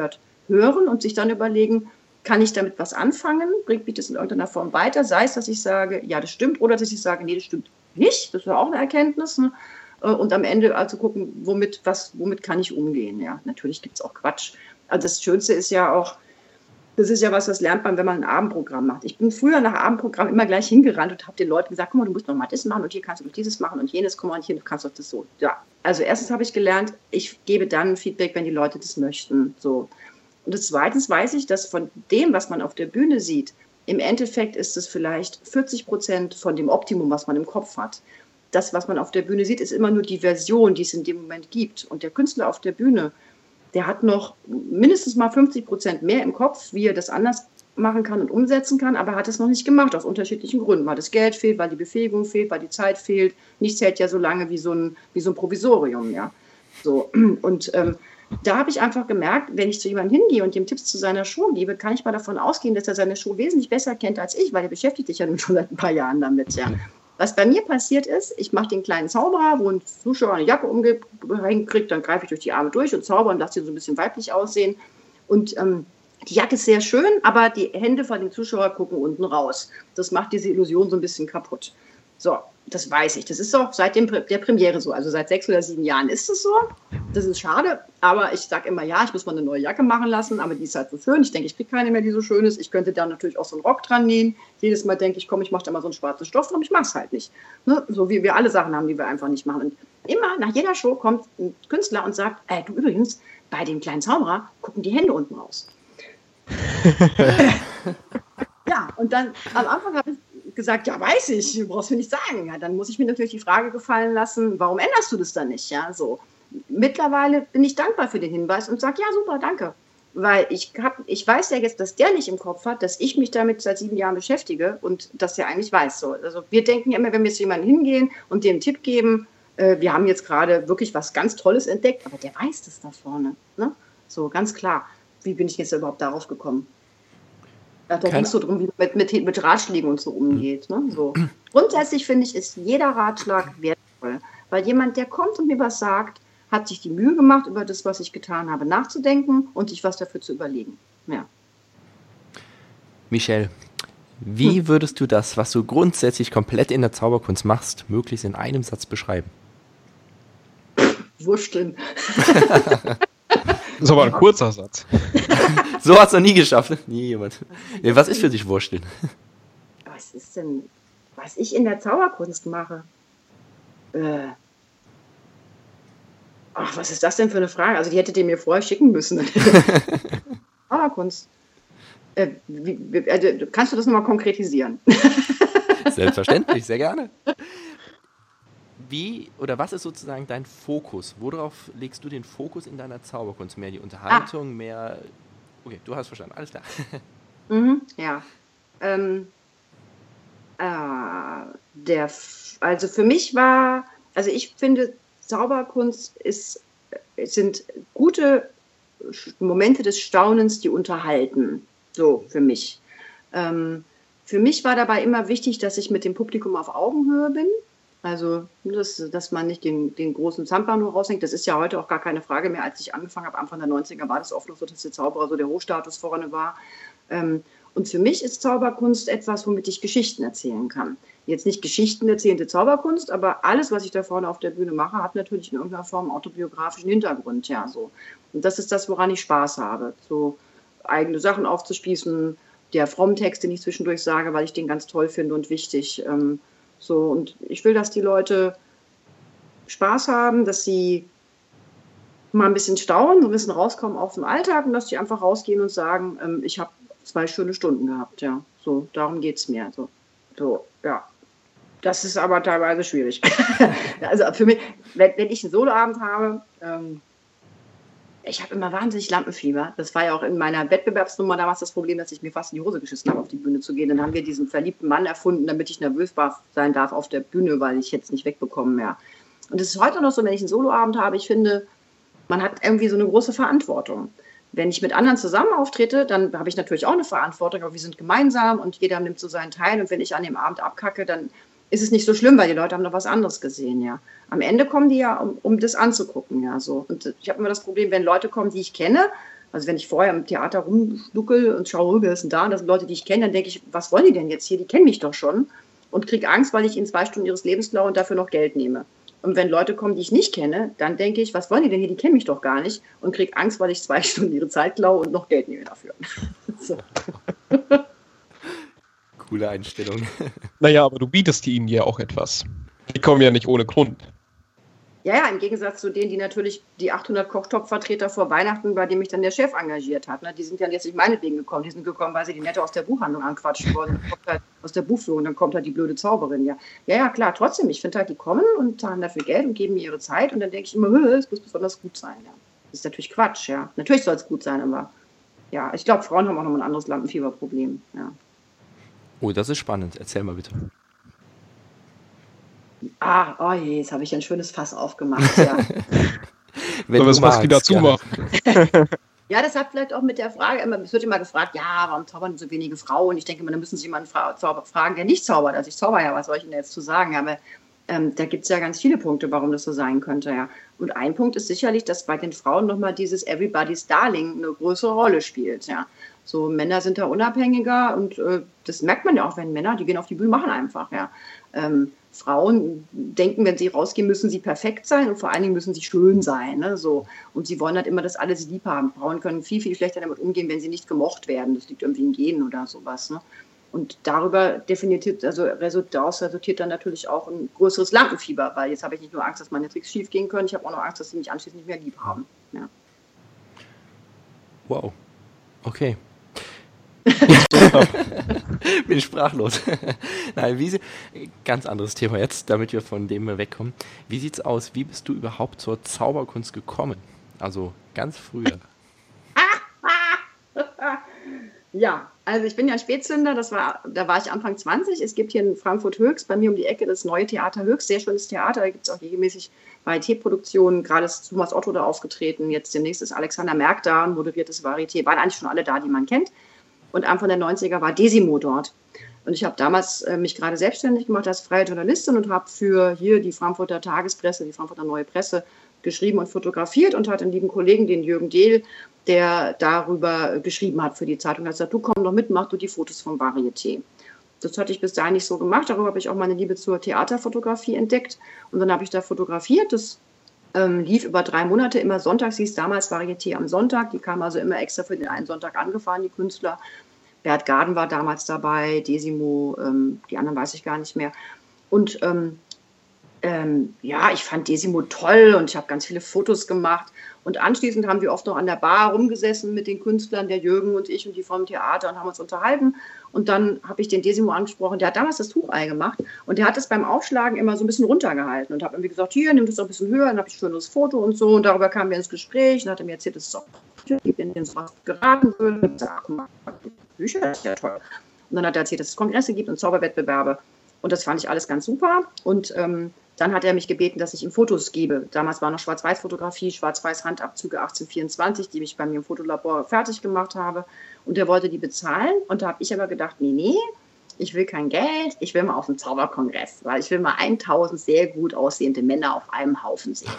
hören und sich dann überlegen, kann ich damit was anfangen? Bringt mich das in irgendeiner Form weiter? Sei es, dass ich sage, ja, das stimmt, oder dass ich sage, nee, das stimmt nicht. Das ist ja auch eine Erkenntnis. Ne? Und am Ende also gucken, womit kann ich umgehen? Ja, natürlich gibt es auch Quatsch. Also das Schönste ist ja auch, das ist ja was lernt man, wenn man ein Abendprogramm macht. Ich bin früher nach Abendprogramm immer gleich hingerannt und habe den Leuten gesagt, guck mal, du musst noch mal das machen und hier kannst du noch dieses machen und jenes, guck mal, und hier kannst du das so. Ja, also erstens habe ich gelernt, ich gebe dann Feedback, wenn die Leute das möchten. So. Und zweitens weiß ich, dass von dem, was man auf der Bühne sieht, im Endeffekt ist es vielleicht 40% von dem Optimum, was man im Kopf hat. Das, was man auf der Bühne sieht, ist immer nur die Version, die es in dem Moment gibt. Und der Künstler auf der Bühne, der hat noch mindestens mal 50% mehr im Kopf, wie er das anders machen kann und umsetzen kann, aber er hat es noch nicht gemacht, aus unterschiedlichen Gründen. Weil das Geld fehlt, weil die Befähigung fehlt, weil die Zeit fehlt. Nichts hält ja so lange wie so ein Provisorium. Ja. So. Und da habe ich einfach gemerkt, wenn ich zu jemandem hingehe und ihm Tipps zu seiner Show gebe, kann ich mal davon ausgehen, dass er seine Show wesentlich besser kennt als ich, weil er beschäftigt sich ja nun schon seit ein paar Jahren damit. Ja. Was bei mir passiert ist, ich mache den kleinen Zauberer, wo ein Zuschauer eine Jacke umgehängt kriegt, dann greife ich durch die Arme durch und zauber und lasse sie so ein bisschen weiblich aussehen. Und die Jacke ist sehr schön, aber die Hände von dem Zuschauer gucken unten raus. Das macht diese Illusion so ein bisschen kaputt. So, das weiß ich. Das ist auch seit der Premiere so. Also seit 6 oder 7 Jahren ist es so. Das ist schade, aber ich sage immer, ja, ich muss mal eine neue Jacke machen lassen, aber die ist halt so schön. Ich denke, ich kriege keine mehr, die so schön ist. Ich könnte da natürlich auch so einen Rock dran nähen. Jedes Mal denke ich, komm, ich mache da mal so einen schwarzen Stoff drum. Ich mache es halt nicht. Ne? So wie wir alle Sachen haben, die wir einfach nicht machen. Und immer nach jeder Show kommt ein Künstler und sagt, du übrigens, bei dem kleinen Zauberer gucken die Hände unten raus. Ja, und dann am Anfang habe ich gesagt, ja, weiß ich, du brauchst mir nicht sagen. Ja, dann muss ich mir natürlich die Frage gefallen lassen, warum änderst du das dann nicht? Ja, so. Mittlerweile bin ich dankbar für den Hinweis und sage, ja, super, danke. Weil ich weiß ja jetzt, dass der nicht im Kopf hat, dass ich mich damit seit 7 Jahren beschäftige und dass der eigentlich weiß. So. Also wir denken ja immer, wenn wir zu jemandem hingehen und dem einen Tipp geben, wir haben jetzt gerade wirklich was ganz Tolles entdeckt, aber der weiß das da vorne. Ne? So, ganz klar. Wie bin ich jetzt überhaupt darauf gekommen? Da ging es so drum, wie man mit Ratschlägen und so umgeht. Ne? So. Grundsätzlich finde ich, ist jeder Ratschlag wertvoll. Weil jemand, der kommt und mir was sagt, hat sich die Mühe gemacht, über das, was ich getan habe, nachzudenken und sich was dafür zu überlegen. Ja. Michelle, wie würdest du das, was du grundsätzlich komplett in der Zauberkunst machst, möglichst in einem Satz beschreiben? Wursteln. Das ist aber ein kurzer Satz. So hat es noch nie geschafft. Nie jemand. Was ist für dich Wursteln? Was ist denn, was ich in der Zauberkunst mache? Ach, was ist das denn für eine Frage? Also die hättet ihr mir vorher schicken müssen. Zauberkunst. Kannst du das nochmal konkretisieren? Selbstverständlich, sehr gerne. Wie oder was ist sozusagen dein Fokus? Worauf legst du den Fokus in deiner Zauberkunst? Mehr die Unterhaltung, mehr... Okay, du hast verstanden, alles klar. Ja. Also für mich also ich finde, Zauberkunst sind gute Momente des Staunens, die unterhalten. So für mich. Für mich war dabei immer wichtig, dass ich mit dem Publikum auf Augenhöhe bin. Also, dass man nicht den großen Zamper nur raushängt. Das ist ja heute auch gar keine Frage mehr. Als ich angefangen habe, Anfang der 90er, war das oft noch so, dass der Zauberer so der Hochstatus vorne war. Und für mich ist Zauberkunst etwas, womit ich Geschichten erzählen kann. Jetzt nicht Geschichten erzählende Zauberkunst, aber alles, was ich da vorne auf der Bühne mache, hat natürlich in irgendeiner Form autobiografischen Hintergrund. Ja, so. Und das ist das, woran ich Spaß habe. So eigene Sachen aufzuspießen, der Fromm-Text, den ich zwischendurch sage, weil ich den ganz toll finde und wichtig. Und ich will, dass die Leute Spaß haben, dass sie mal ein bisschen staunen, so ein bisschen rauskommen aus dem Alltag und dass die einfach rausgehen und sagen, ich habe 2 schöne Stunden gehabt. Ja, so, darum geht es mir. So, ja. Das ist aber teilweise schwierig. Also für mich, wenn ich einen Soloabend habe, ich habe immer wahnsinnig Lampenfieber. Das war ja auch in meiner Wettbewerbsnummer damals das Problem, dass ich mir fast in die Hose geschissen habe, auf die Bühne zu gehen. Dann haben wir diesen verliebten Mann erfunden, damit ich nervös sein darf auf der Bühne, weil ich jetzt nicht wegbekomme mehr. Und es ist heute noch so, wenn ich einen Soloabend habe, ich finde, man hat irgendwie so eine große Verantwortung. Wenn ich mit anderen zusammen auftrete, dann habe ich natürlich auch eine Verantwortung, aber wir sind gemeinsam und jeder nimmt so seinen Teil. Und wenn ich an dem Abend abkacke, dann ist es nicht so schlimm, weil die Leute haben noch was anderes gesehen, ja. Am Ende kommen die ja, um das anzugucken, ja, so. Und ich habe immer das Problem, wenn Leute kommen, die ich kenne, also wenn ich vorher im Theater rumschnuckel und schaue, wer ist denn da, und das sind Leute, die ich kenne, dann denke ich, was wollen die denn jetzt hier? Die kennen mich doch schon und kriege Angst, weil ich ihnen 2 Stunden ihres Lebens klaue und dafür noch Geld nehme. Und wenn Leute kommen, die ich nicht kenne, dann denke ich, was wollen die denn hier? Die kennen mich doch gar nicht und kriege Angst, weil ich 2 Stunden ihre Zeit klaue und noch Geld nehme dafür. So. Coole Einstellung. Naja, aber du bietest ihnen ja auch etwas. Die kommen ja nicht ohne Grund. Ja, im Gegensatz zu denen, die natürlich die 800 Kochtopfvertreter vor Weihnachten, bei dem mich dann der Chef engagiert hat. Ne? Die sind ja jetzt nicht meinetwegen gekommen. Die sind gekommen, weil sie die Nette aus der Buchhandlung anquatschen wollen. Dann kommt halt aus der Buchführung, dann kommt halt die blöde Zauberin. Ja, klar, trotzdem. Ich finde halt, die kommen und zahlen dafür Geld und geben mir ihre Zeit. Und dann denke ich immer, es muss besonders gut sein. Ja. Das ist natürlich Quatsch, ja. Natürlich soll es gut sein, aber ja, ich glaube, Frauen haben auch noch ein anderes Lampenfieberproblem. Ja. Oh, das ist spannend. Erzähl mal bitte. Oh je, jetzt habe ich ein schönes Fass aufgemacht. Ja. Wenn du was wieder zumachen. Ja, das hat vielleicht auch mit der Frage, es wird immer gefragt, ja, warum zaubern so wenige Frauen? Ich denke immer, da müssen sich jemanden fragen, der nicht zaubert. Also ich zauber ja, was soll ich Ihnen jetzt zu sagen? Aber da gibt es ja ganz viele Punkte, warum das so sein könnte. Ja. Und ein Punkt ist sicherlich, dass bei den Frauen nochmal dieses Everybody's Darling eine größere Rolle spielt. Ja. So, Männer sind da unabhängiger und das merkt man ja auch, wenn Männer, die gehen auf die Bühne, machen einfach. Ja. Frauen denken, wenn sie rausgehen, müssen sie perfekt sein und vor allen Dingen müssen sie schön sein. Ne? So. Und sie wollen halt immer, dass alle sie lieb haben. Frauen können viel, viel schlechter damit umgehen, wenn sie nicht gemocht werden. Das liegt irgendwie in Genen oder sowas. Ne? Und daraus resultiert dann natürlich auch ein größeres Lampenfieber, weil jetzt habe ich nicht nur Angst, dass meine Tricks schief gehen können, ich habe auch noch Angst, dass sie mich anschließend nicht mehr lieb haben. Ja. Wow. Okay. Bin sprachlos. Nein, ganz anderes Thema jetzt, damit wir von dem wegkommen. Wie sieht's aus? Wie bist du überhaupt zur Zauberkunst gekommen? Also ganz früher. Ja, also ich bin ja ein Spätzünder, da war ich Anfang 20. Es gibt hier in Frankfurt Höchst, bei mir um die Ecke, das neue Theater Höchst, sehr schönes Theater, da gibt es auch regelmäßig Varieté-Produktionen, gerade ist Thomas Otto da aufgetreten, jetzt demnächst ist Alexander Merck da, ein moderiertes Varieté, waren eigentlich schon alle da, die man kennt. Und Anfang der 90er war Desimo dort. Und ich habe damals mich gerade selbstständig gemacht als freie Journalistin und habe für hier die Frankfurter Tagespresse, die Frankfurter Neue Presse geschrieben und fotografiert und hatte einen lieben Kollegen, den Jürgen Dehl, der darüber geschrieben hat für die Zeitung. Er hat gesagt, du komm doch mit, mach du die Fotos vom Varieté. Das hatte ich bis dahin nicht so gemacht. Darüber habe ich auch meine Liebe zur Theaterfotografie entdeckt. Und dann habe ich da fotografiert. Das lief über 3 Monate, immer sonntags, hieß damals Varieté am Sonntag. Die kamen also immer extra für den einen Sonntag angefahren, die Künstler. Bert Gaden war damals dabei, Desimo, die anderen weiß ich gar nicht mehr. Und ja, ich fand Desimo toll und ich habe ganz viele Fotos gemacht. Und anschließend haben wir oft noch an der Bar rumgesessen mit den Künstlern, der Jürgen und ich und die vom Theater und haben uns unterhalten. Und dann habe ich den Desimo angesprochen, der hat damals das Tuch gemacht und der hat es beim Aufschlagen immer so ein bisschen runtergehalten und habe irgendwie gesagt, hier, nimm das doch ein bisschen höher, dann habe ich ein schönes Foto und so. Und darüber kamen wir ins Gespräch und hat er mir erzählt, dass es auch in den sowas geraten würde. Und gesagt, guck mal, Bücher, das ist ja toll. Und dann hat er erzählt, dass es Kongresse gibt und Zauberwettbewerbe. Und das fand ich alles ganz super. Und dann hat er mich gebeten, dass ich ihm Fotos gebe. Damals war noch Schwarz-Weiß-Fotografie, Schwarz-Weiß-Handabzüge 1824, die ich bei mir im Fotolabor fertig gemacht habe. Und er wollte die bezahlen. Und da habe ich aber gedacht, nee, ich will kein Geld, ich will mal auf den Zauberkongress, weil ich will mal 1000 sehr gut aussehende Männer auf einem Haufen sehen.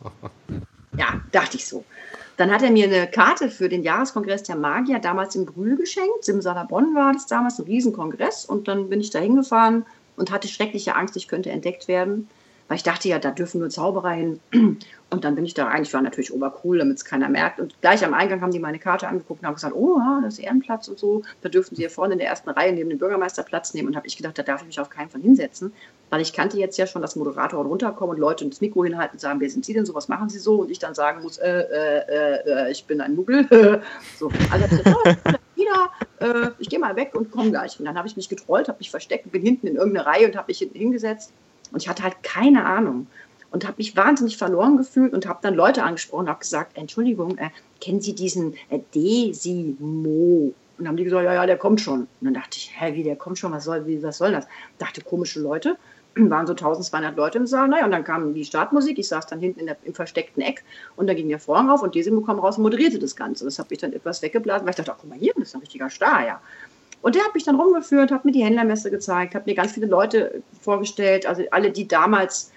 Ja, dachte ich so. Dann hat er mir eine Karte für den Jahreskongress der Magier damals in Brühl geschenkt. Simsalabon war das damals, ein Riesenkongress. Und dann bin ich da hingefahren und hatte schreckliche Angst, ich könnte entdeckt werden. Weil ich dachte ja, da dürfen nur Zauberer hin. Und dann bin ich da, eigentlich war natürlich obercool, damit es keiner merkt. Und gleich am Eingang haben die meine Karte angeguckt und haben gesagt, oh, ja, das ist Ehrenplatz und so. Da dürfen sie hier vorne in der ersten Reihe neben dem Bürgermeister Platz nehmen. Und habe ich gedacht, da darf ich mich auf keinen Fall hinsetzen. Weil ich kannte jetzt ja schon, dass Moderatoren runterkommen und Leute das Mikro hinhalten und sagen, wer sind Sie denn so, was machen Sie so? Und ich dann sagen muss, ich bin ein Muggel. So, also ich gesagt, ich gehe mal weg und komme gleich. Und dann habe ich mich getrollt, habe mich versteckt, bin hinten in irgendeine Reihe und habe mich hinten hingesetzt. Und ich hatte halt keine Ahnung und habe mich wahnsinnig verloren gefühlt und habe dann Leute angesprochen und habe gesagt, Entschuldigung, kennen Sie diesen Desimo? Und dann haben die gesagt, ja, der kommt schon. Und dann dachte ich, wie, der kommt schon, was soll das? Dachte, komische Leute, waren so 1200 Leute im Saal. Naja, und dann kam die Startmusik, ich saß dann hinten im versteckten Eck und da ging der Vorhang auf und Desimo kam raus und moderierte das Ganze. Das habe ich dann etwas weggeblasen, weil ich dachte, guck mal hier, das ist ein richtiger Star, ja. Und der hat mich dann rumgeführt, hat mir die Händlermesse gezeigt, hat mir ganz viele Leute vorgestellt, also alle, die damals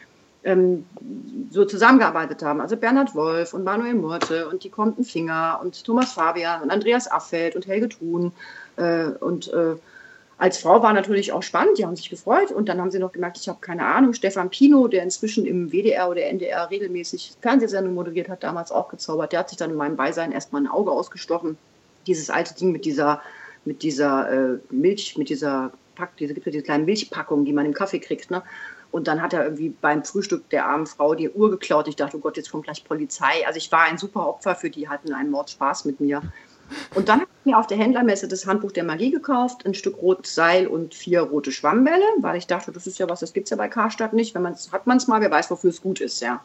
so zusammengearbeitet haben. Also Bernhard Wolf und Manuel Murte und die Compton Finger und Thomas Fabian und Andreas Affeld und Helge Thun. Als Frau war natürlich auch spannend, die haben sich gefreut. Und dann haben sie noch gemerkt, ich habe keine Ahnung, Stefan Pino, der inzwischen im WDR oder NDR regelmäßig Fernsehsendungen moderiert hat, damals auch gezaubert. Der hat sich dann in meinem Beisein erstmal ein Auge ausgestochen. Dieses alte Ding mit dieser Milch, diese kleinen Milchpackungen, die man im Kaffee kriegt, ne? Und dann hat er irgendwie beim Frühstück der armen Frau die Uhr geklaut. Ich dachte, oh Gott, jetzt kommt gleich Polizei. Also ich war ein super Opfer für die, hatten einen Mordspaß mit mir. Und dann habe ich mir auf der Händlermesse das Handbuch der Magie gekauft, ein Stück rotes Seil und 4 rote Schwammbälle, weil ich dachte, das ist ja was, das gibt es ja bei Karstadt nicht. Hat man es mal, wer weiß, wofür es gut ist, ja.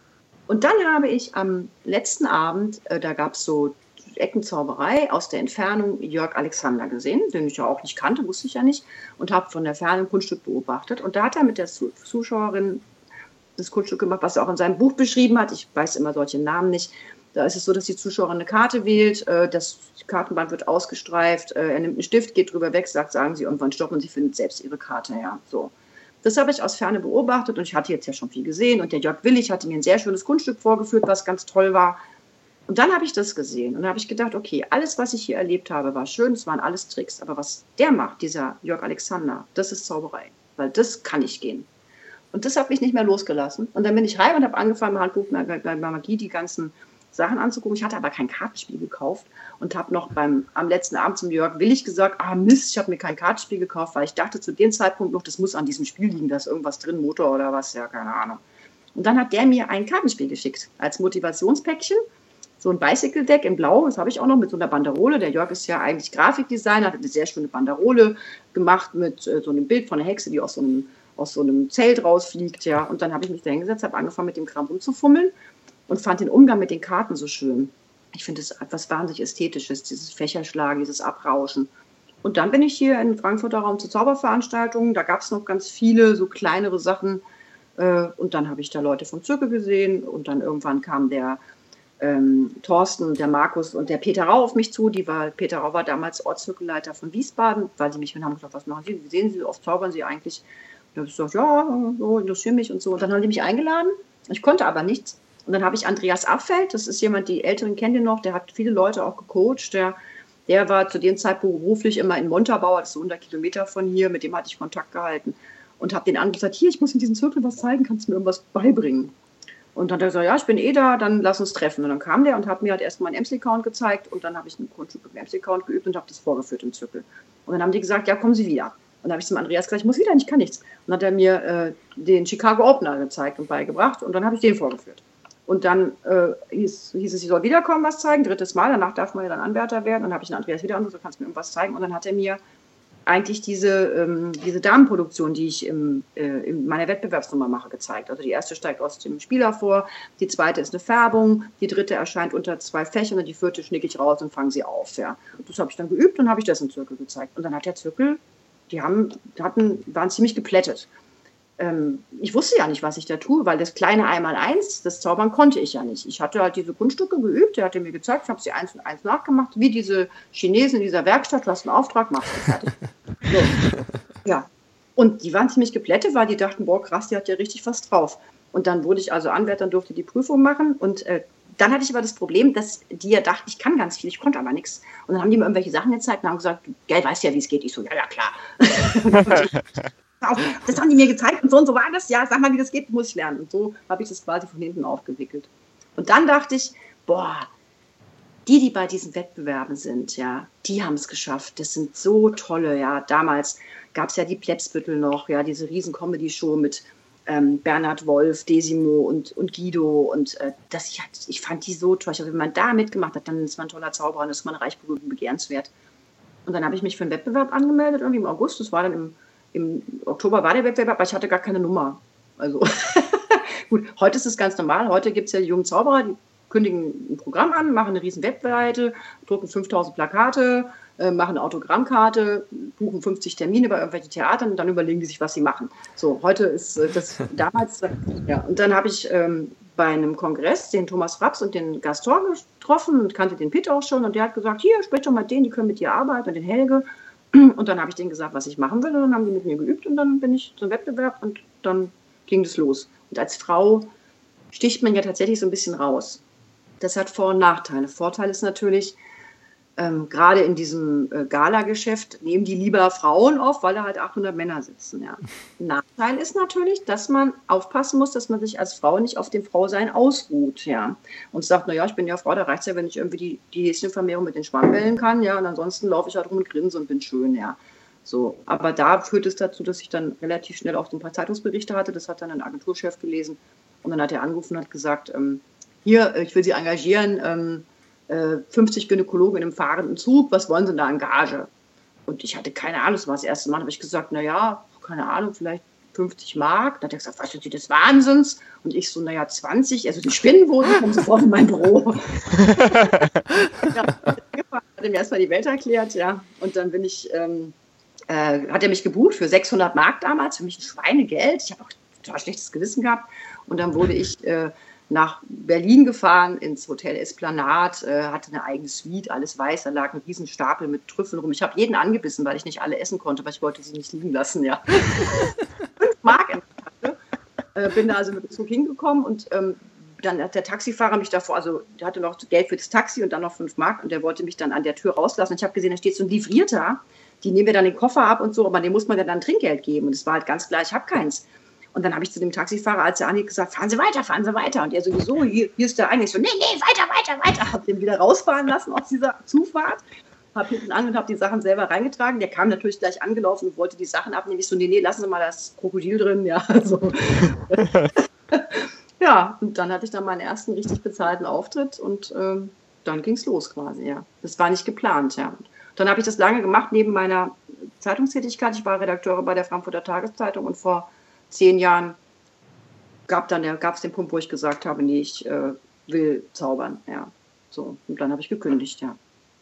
Und dann habe ich am letzten Abend, da gab es so Eckenzauberei aus der Entfernung Jörg Alexander gesehen, den ich ja auch nicht kannte, wusste ich ja nicht, und habe von der Ferne ein Kunststück beobachtet. Und da hat er mit der Zuschauerin das Kunststück gemacht, was er auch in seinem Buch beschrieben hat. Ich weiß immer solche Namen nicht. Da ist es so, dass die Zuschauerin eine Karte wählt, das Kartenband wird ausgestreift, er nimmt einen Stift, geht drüber weg, sagen sie irgendwann stopp und sie findet selbst ihre Karte, ja, so. Das habe ich aus Ferne beobachtet und ich hatte jetzt ja schon viel gesehen und der Jörg Willig hatte mir ein sehr schönes Kunststück vorgeführt, was ganz toll war. Und dann habe ich das gesehen und da habe ich gedacht, okay, alles, was ich hier erlebt habe, war schön, es waren alles Tricks, aber was der macht, dieser Jörg Alexander, das ist Zauberei, weil das kann nicht gehen. Und das hat mich nicht mehr losgelassen. Und dann bin ich rein und habe angefangen, im Handbuch bei Magie die ganzen Sachen anzugucken. Ich hatte aber kein Kartenspiel gekauft und habe noch am letzten Abend zum Jörg Willig gesagt, Mist, ich habe mir kein Kartenspiel gekauft, weil ich dachte zu dem Zeitpunkt noch, das muss an diesem Spiel liegen, da ist irgendwas drin, Motor oder was, ja, keine Ahnung. Und dann hat der mir ein Kartenspiel geschickt als Motivationspäckchen. So ein Bicycle-Deck in Blau, das habe ich auch noch mit so einer Banderole. Der Jörg ist ja eigentlich Grafikdesigner, hat eine sehr schöne Banderole gemacht mit so einem Bild von einer Hexe, die aus so einem Zelt rausfliegt. Ja. Und dann habe ich mich da hingesetzt, habe angefangen mit dem Kram rumzufummeln und fand den Umgang mit den Karten so schön. Ich finde es etwas wahnsinnig Ästhetisches, dieses Fächerschlagen, dieses Abrauschen. Und dann bin ich hier in Frankfurter Raum zu Zauberveranstaltungen. Da gab es noch ganz viele so kleinere Sachen. Und dann habe ich da Leute vom Zirkel gesehen. Und dann irgendwann kam der Thorsten, der Markus und der Peter Rau auf mich zu. Peter Rau war damals Ortszirkelleiter von Wiesbaden, weil sie mich haben gesagt, was machen Sie? Wie sehen Sie, oft zaubern Sie eigentlich? Und ich habe gesagt, ja, so interessiert mich und so. Und dann haben die mich eingeladen. Ich konnte aber nichts. Und dann habe ich Andreas Affeld, das ist jemand, die Älteren kennen den noch, der hat viele Leute auch gecoacht. Der war zu dem Zeitpunkt beruflich immer in Montabaur, das ist so 100 Kilometer von hier, mit dem hatte ich Kontakt gehalten. Und habe den anderen gesagt, hier, ich muss in diesem Zirkel was zeigen, kannst du mir irgendwas beibringen? Und dann hat er gesagt, ja, ich bin da, dann lass uns treffen. Und dann kam der und hat mir halt erstmal einen MC-Count gezeigt und dann habe ich einen Kunststück mit dem MC-Count geübt und habe das vorgeführt im Zirkel. Und dann haben die gesagt, ja, kommen Sie wieder. dann habe ich zum Andreas gesagt, ich muss wieder, ich kann nichts. Und dann hat er mir den Chicago Opener gezeigt und beigebracht und dann habe ich den vorgeführt. Und dann hieß es, ich soll wiederkommen, was zeigen, 3. Mal, danach darf man ja dann Anwärter werden. Dann habe ich den Andreas wieder angerufen, so kannst du mir irgendwas zeigen. Und dann hat er mir eigentlich diese Damenproduktion, die ich in meiner Wettbewerbsnummer mache, gezeigt. Also die erste steigt aus dem Spieler vor, die zweite ist eine Färbung, die dritte erscheint unter 2 Fächern und die vierte schnicke ich raus und fange sie auf. Ja. Und das habe ich dann geübt und habe ich das im Zirkel gezeigt. Und dann hat der Zirkel, waren ziemlich geplättet. Ich wusste ja nicht, was ich da tue, weil das kleine 1x1, das Zaubern konnte ich ja nicht. Ich hatte halt diese Kunststücke geübt, der hatte mir gezeigt, ich habe sie 1 und 1 nachgemacht, wie diese Chinesen in dieser Werkstatt, du hast einen Auftrag, machst du fertig. So. Ja. Und die waren ziemlich geplättet, weil die dachten, boah krass, die hat ja richtig was drauf. Und dann wurde ich also Anwärter und durfte die Prüfung machen und dann hatte ich aber das Problem, dass die ja dachten, ich kann ganz viel, ich konnte aber nichts. Und dann haben die mir irgendwelche Sachen gezeigt und haben gesagt, gell, weißt ja, wie es geht. Ich so, ja, klar. Das haben die mir gezeigt und so war das. Ja, sag mal, wie das geht, muss ich lernen. Und so habe ich das quasi von hinten aufgewickelt. Und dann dachte ich, boah, die bei diesen Wettbewerben sind, ja, die haben es geschafft. Das sind so tolle, ja. Damals gab es ja die Plebsbüttel noch, ja, diese riesen Comedy-Show mit Bernhard Wolf, Desimo und Guido. Und ich fand die so toll. Also, wenn man da mitgemacht hat, dann ist man ein toller Zauberer und ist man reich, berühmt und begehrenswert. Und dann habe ich mich für einen Wettbewerb angemeldet, irgendwie im August. Das war dann im Oktober war der Wettbewerb, aber ich hatte gar keine Nummer. Also gut, heute ist es ganz normal. Heute gibt es ja die jungen Zauberer, die kündigen ein Programm an, machen eine riesen Webseite, drucken 5000 Plakate, machen eine Autogrammkarte, buchen 50 Termine bei irgendwelchen Theatern und dann überlegen die sich, was sie machen. So, heute ist das damals, ja. Und dann habe ich bei einem Kongress den Thomas Raps und den Gaston getroffen und kannte den Peter auch schon und der hat gesagt, hier, sprich doch mal den, die können mit dir arbeiten und den Helge. Und dann habe ich denen gesagt, was ich machen will und dann haben die mit mir geübt und dann bin ich zum Wettbewerb und dann ging das los. Und als Frau sticht man ja tatsächlich so ein bisschen raus. Das hat Vor- und Nachteile. Vorteil ist natürlich, gerade in diesem Gala-Geschäft nehmen die lieber Frauen auf, weil da halt 800 Männer sitzen. Ja. Nachteil ist natürlich, dass man aufpassen muss, dass man sich als Frau nicht auf dem Frausein ausruht. Ja. Und sagt, naja, ich bin ja Frau, da reicht es ja, wenn ich irgendwie die Häschenvermehrung mit den Schwammbällen kann. Ja, und ansonsten laufe ich halt rum und grinse und bin schön. Ja. So. Aber da führt es dazu, dass ich dann relativ schnell auch ein paar Zeitungsberichte hatte. Das hat dann ein Agenturchef gelesen. Und dann hat er angerufen und hat gesagt, hier, ich will Sie engagieren, 50 Gynäkologen in einem fahrenden Zug, was wollen Sie da an Gage? Und ich hatte keine Ahnung, das war das erste Mal, habe ich gesagt, naja, keine Ahnung, vielleicht 50 Mark. Dann hat er gesagt, was sind Sie des Wahnsinns? Und ich so, naja, 20, also die Spinnenwohnung, kommen sofort in mein Büro. Ja, hat er mir erstmal die Welt erklärt, ja. Und dann bin ich, hat er mich gebucht für 600 Mark damals, für mich ein Schweinegeld. Ich habe auch total schlechtes Gewissen gehabt. Und dann wurde ich nach Berlin gefahren, ins Hotel Esplanade, hatte eine eigene Suite, alles weiß, da lag ein riesen Stapel mit Trüffeln rum. Ich habe jeden angebissen, weil ich nicht alle essen konnte, weil ich wollte sie nicht liegen lassen, ja. 5 Mark in der Tasche. Bin da also mit dem Zug hingekommen und dann hat der Taxifahrer mich davor, also der hatte noch Geld für das Taxi und dann noch 5 Mark und der wollte mich dann an der Tür rauslassen. Ich habe gesehen, da steht so ein Livrierter, die nehmen mir dann den Koffer ab und so, aber dem muss man ja dann Trinkgeld geben und es war halt ganz klar, ich habe keins. Und dann habe ich zu dem Taxifahrer, als er anhielt, gesagt, fahren Sie weiter, fahren Sie weiter. Und er sowieso, hier ist der eigentlich so, nee, weiter. Habe den wieder rausfahren lassen aus dieser Zufahrt. Habe hinten an und habe die Sachen selber reingetragen. Der kam natürlich gleich angelaufen und wollte die Sachen abnehmen. Ich so, nee, lassen Sie mal das Krokodil drin. Ja, so. Ja, und dann hatte ich dann meinen ersten richtig bezahlten Auftritt und dann ging es los quasi, ja. Das war nicht geplant, ja. Dann habe ich das lange gemacht neben meiner Zeitungstätigkeit. Ich war Redakteure bei der Frankfurter Tageszeitung und vor 10 Jahren gab es den Punkt, wo ich gesagt habe, nee, ich will zaubern, ja. So, und dann habe ich gekündigt, ja.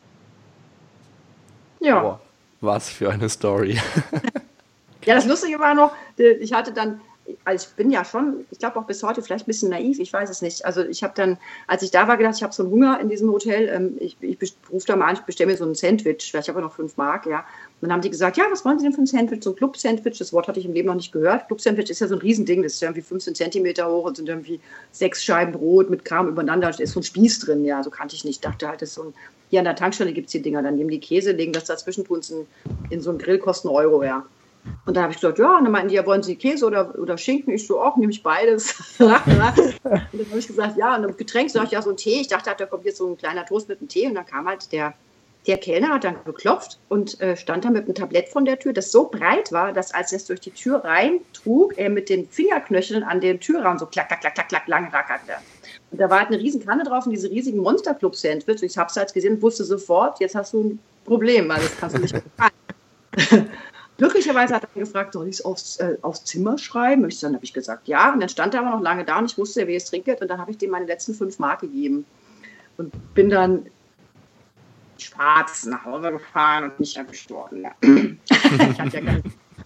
Ja. Boah, was für eine Story. Ja, das Lustige war noch, ich hatte dann, also ich bin ja schon, ich glaube auch bis heute vielleicht ein bisschen naiv, ich weiß es nicht. Also ich habe dann, als ich da war, gedacht, ich habe so einen Hunger in diesem Hotel, ich rufe da mal an, ich bestelle mir so ein Sandwich, vielleicht habe ich noch 5 Mark, ja. Und dann haben die gesagt, ja, was wollen Sie denn für ein Sandwich? So ein Club-Sandwich, das Wort hatte ich im Leben noch nicht gehört. Club-Sandwich ist ja so ein Riesending, das ist ja irgendwie 15 Zentimeter hoch und sind irgendwie 6 Scheiben Brot mit Kram übereinander, da ist so ein Spieß drin, ja, so kannte ich nicht. Ich dachte halt, das ist so ein, hier an der Tankstelle gibt es die Dinger, dann nehmen die Käse, legen das dazwischen, tun es in so einen Grill, kosten €1, ja. Und dann habe ich gesagt, ja, und dann meinten die, ja, wollen Sie Käse oder Schinken? Ich so, auch nehme ich beides. Und dann habe ich gesagt, ja, und ein Getränk, sag ich, ja, so ein Tee. Ich dachte, da kommt jetzt so ein kleiner Toast mit einem Tee. Und dann kam halt der der Kellner hat dann geklopft und stand dann mit einem Tablett von der Tür, das so breit war, dass als er es durch die Tür reintrug, er mit den Fingerknöcheln an den Türrahmen so klack, klack, klack, klack, klack, lang rackerte. Und da war halt eine riesen Kanne drauf und diese riesigen Monsterclub-Sandwich. Ich habe es halt gesehen und wusste sofort, jetzt hast du ein Problem, weil das kannst du nicht bezahlen. Glücklicherweise hat er gefragt, soll ich es aufs Zimmer schreiben? Und dann habe ich gesagt, ja. Und dann stand er aber noch lange da und ich wusste, wie es trinket. Und dann habe ich dem meine letzten 5 Mark gegeben. Und bin dann schwarz nach Hause gefahren und nicht gestorben. Ja. Ich hatte ja keine...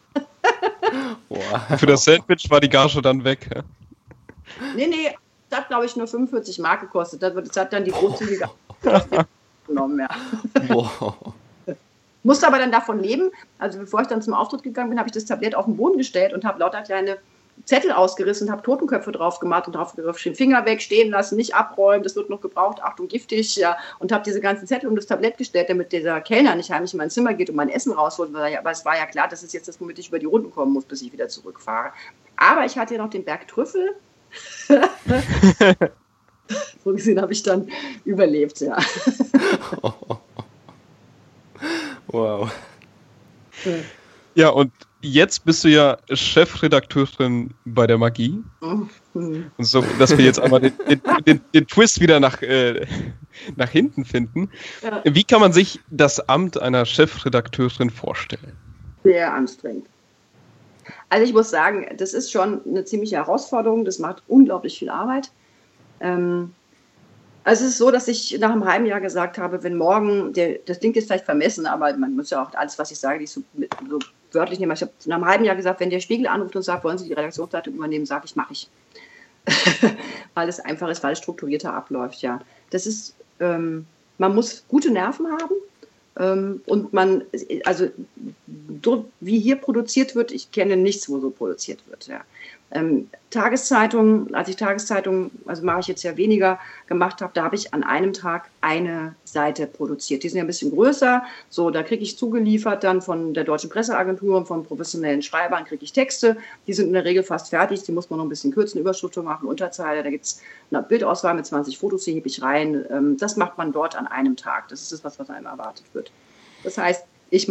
Für das Sandwich war die Gage dann weg. Ja? Nee, das hat, glaube ich, nur 45 Mark gekostet. Das hat dann die großzügige genommen, ja. Wow. Musste aber dann davon leben. Also bevor ich dann zum Auftritt gegangen bin, habe ich das Tablett auf den Boden gestellt und habe lauter kleine Zettel ausgerissen und habe Totenköpfe drauf gemacht und drauf geschrieben, Finger weg, stehen lassen, nicht abräumen, das wird noch gebraucht, Achtung, giftig, ja. Und habe diese ganzen Zettel um das Tablett gestellt, damit dieser Kellner nicht heimlich in mein Zimmer geht und mein Essen rausholt. Aber es war ja klar, das ist jetzt das, womit ich über die Runden kommen muss, bis ich wieder zurückfahre. Aber ich hatte ja noch den Berg Trüffel. So gesehen habe ich dann überlebt, ja. Wow. Ja, und jetzt bist du ja Chefredakteurin bei der Magie. Und so, dass wir jetzt einmal den Twist wieder nach hinten finden. Ja. Wie kann man sich das Amt einer Chefredakteurin vorstellen? Sehr anstrengend. Also ich muss sagen, das ist schon eine ziemliche Herausforderung. Das macht unglaublich viel Arbeit. Also es ist so, dass ich nach einem halben Jahr gesagt habe, wenn morgen, das klingt jetzt vielleicht vermessen, aber man muss ja auch alles, was ich sage, nicht so wörtlich nehmen. Ich habe nach einem halben Jahr gesagt, wenn der Spiegel anruft und sagt, wollen Sie die Redaktionsleitung übernehmen, sage ich, mache ich. Weil es einfach ist, weil es strukturierter abläuft, ja. Das ist, man muss gute Nerven haben und also wie hier produziert wird, ich kenne nichts, wo so produziert wird, ja. Tageszeitungen, als ich Tageszeitungen, also mache ich jetzt ja weniger, gemacht habe, da habe ich an einem Tag eine Seite produziert. Die sind ja ein bisschen größer, so, da kriege ich zugeliefert dann von der Deutschen Presseagentur und von professionellen Schreibern kriege ich Texte, die sind in der Regel fast fertig, die muss man noch ein bisschen kürzen, Überschriften machen, Unterzeile, da gibt es eine Bildauswahl mit 20 Fotos, die hebe ich rein, das macht man dort an einem Tag, das ist das, was einem erwartet wird. Das heißt,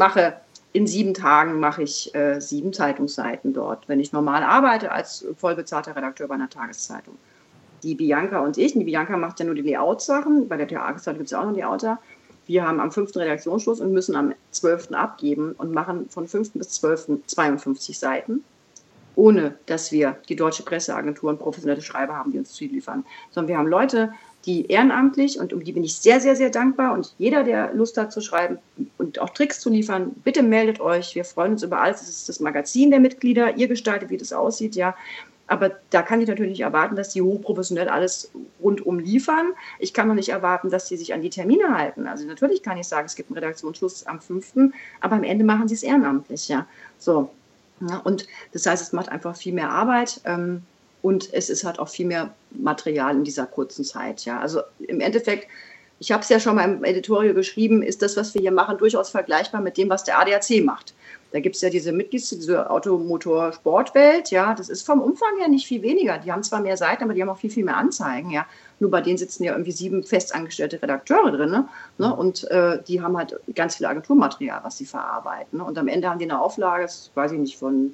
in 7 Tagen mache ich 7 Zeitungsseiten dort, wenn ich normal arbeite als vollbezahlter Redakteur bei einer Tageszeitung. Die Bianca und ich, die Bianca macht ja nur die Layout-Sachen, bei der Tageszeitung gibt es ja auch noch Layouter. Wir haben am 5. Redaktionsschluss und müssen am 12. abgeben und machen von 5. bis 12. 52 Seiten, ohne dass wir die Deutsche Presseagentur und professionelle Schreiber haben, die uns zuliefern. Sondern wir haben Leute, die ehrenamtlich, und um die bin ich sehr, sehr, sehr dankbar. Und jeder, der Lust hat zu schreiben und auch Tricks zu liefern, bitte meldet euch. Wir freuen uns über alles. Das ist das Magazin der Mitglieder. Ihr gestaltet, wie das aussieht, ja. Aber da kann ich natürlich nicht erwarten, dass die hochprofessionell alles rundum liefern. Ich kann noch nicht erwarten, dass sie sich an die Termine halten. Also natürlich kann ich sagen, es gibt einen Redaktionsschluss am 5., aber am Ende machen sie es ehrenamtlich, ja. So. Ja, und das heißt, es macht einfach viel mehr Arbeit. Und es ist halt auch viel mehr Material in dieser kurzen Zeit. Ja. Also im Endeffekt, ich habe es ja schon mal im Editorial geschrieben, ist das, was wir hier machen, durchaus vergleichbar mit dem, was der ADAC macht. Da gibt es ja diese diese Automotor-Sportwelt, ja, das ist vom Umfang her nicht viel weniger. Die haben zwar mehr Seiten, aber die haben auch viel, viel mehr Anzeigen, ja. Nur bei denen sitzen ja irgendwie 7 festangestellte Redakteure drin, ne? Und die haben halt ganz viel Agenturmaterial, was sie verarbeiten. Ne? Und am Ende haben die eine Auflage, das weiß ich nicht, von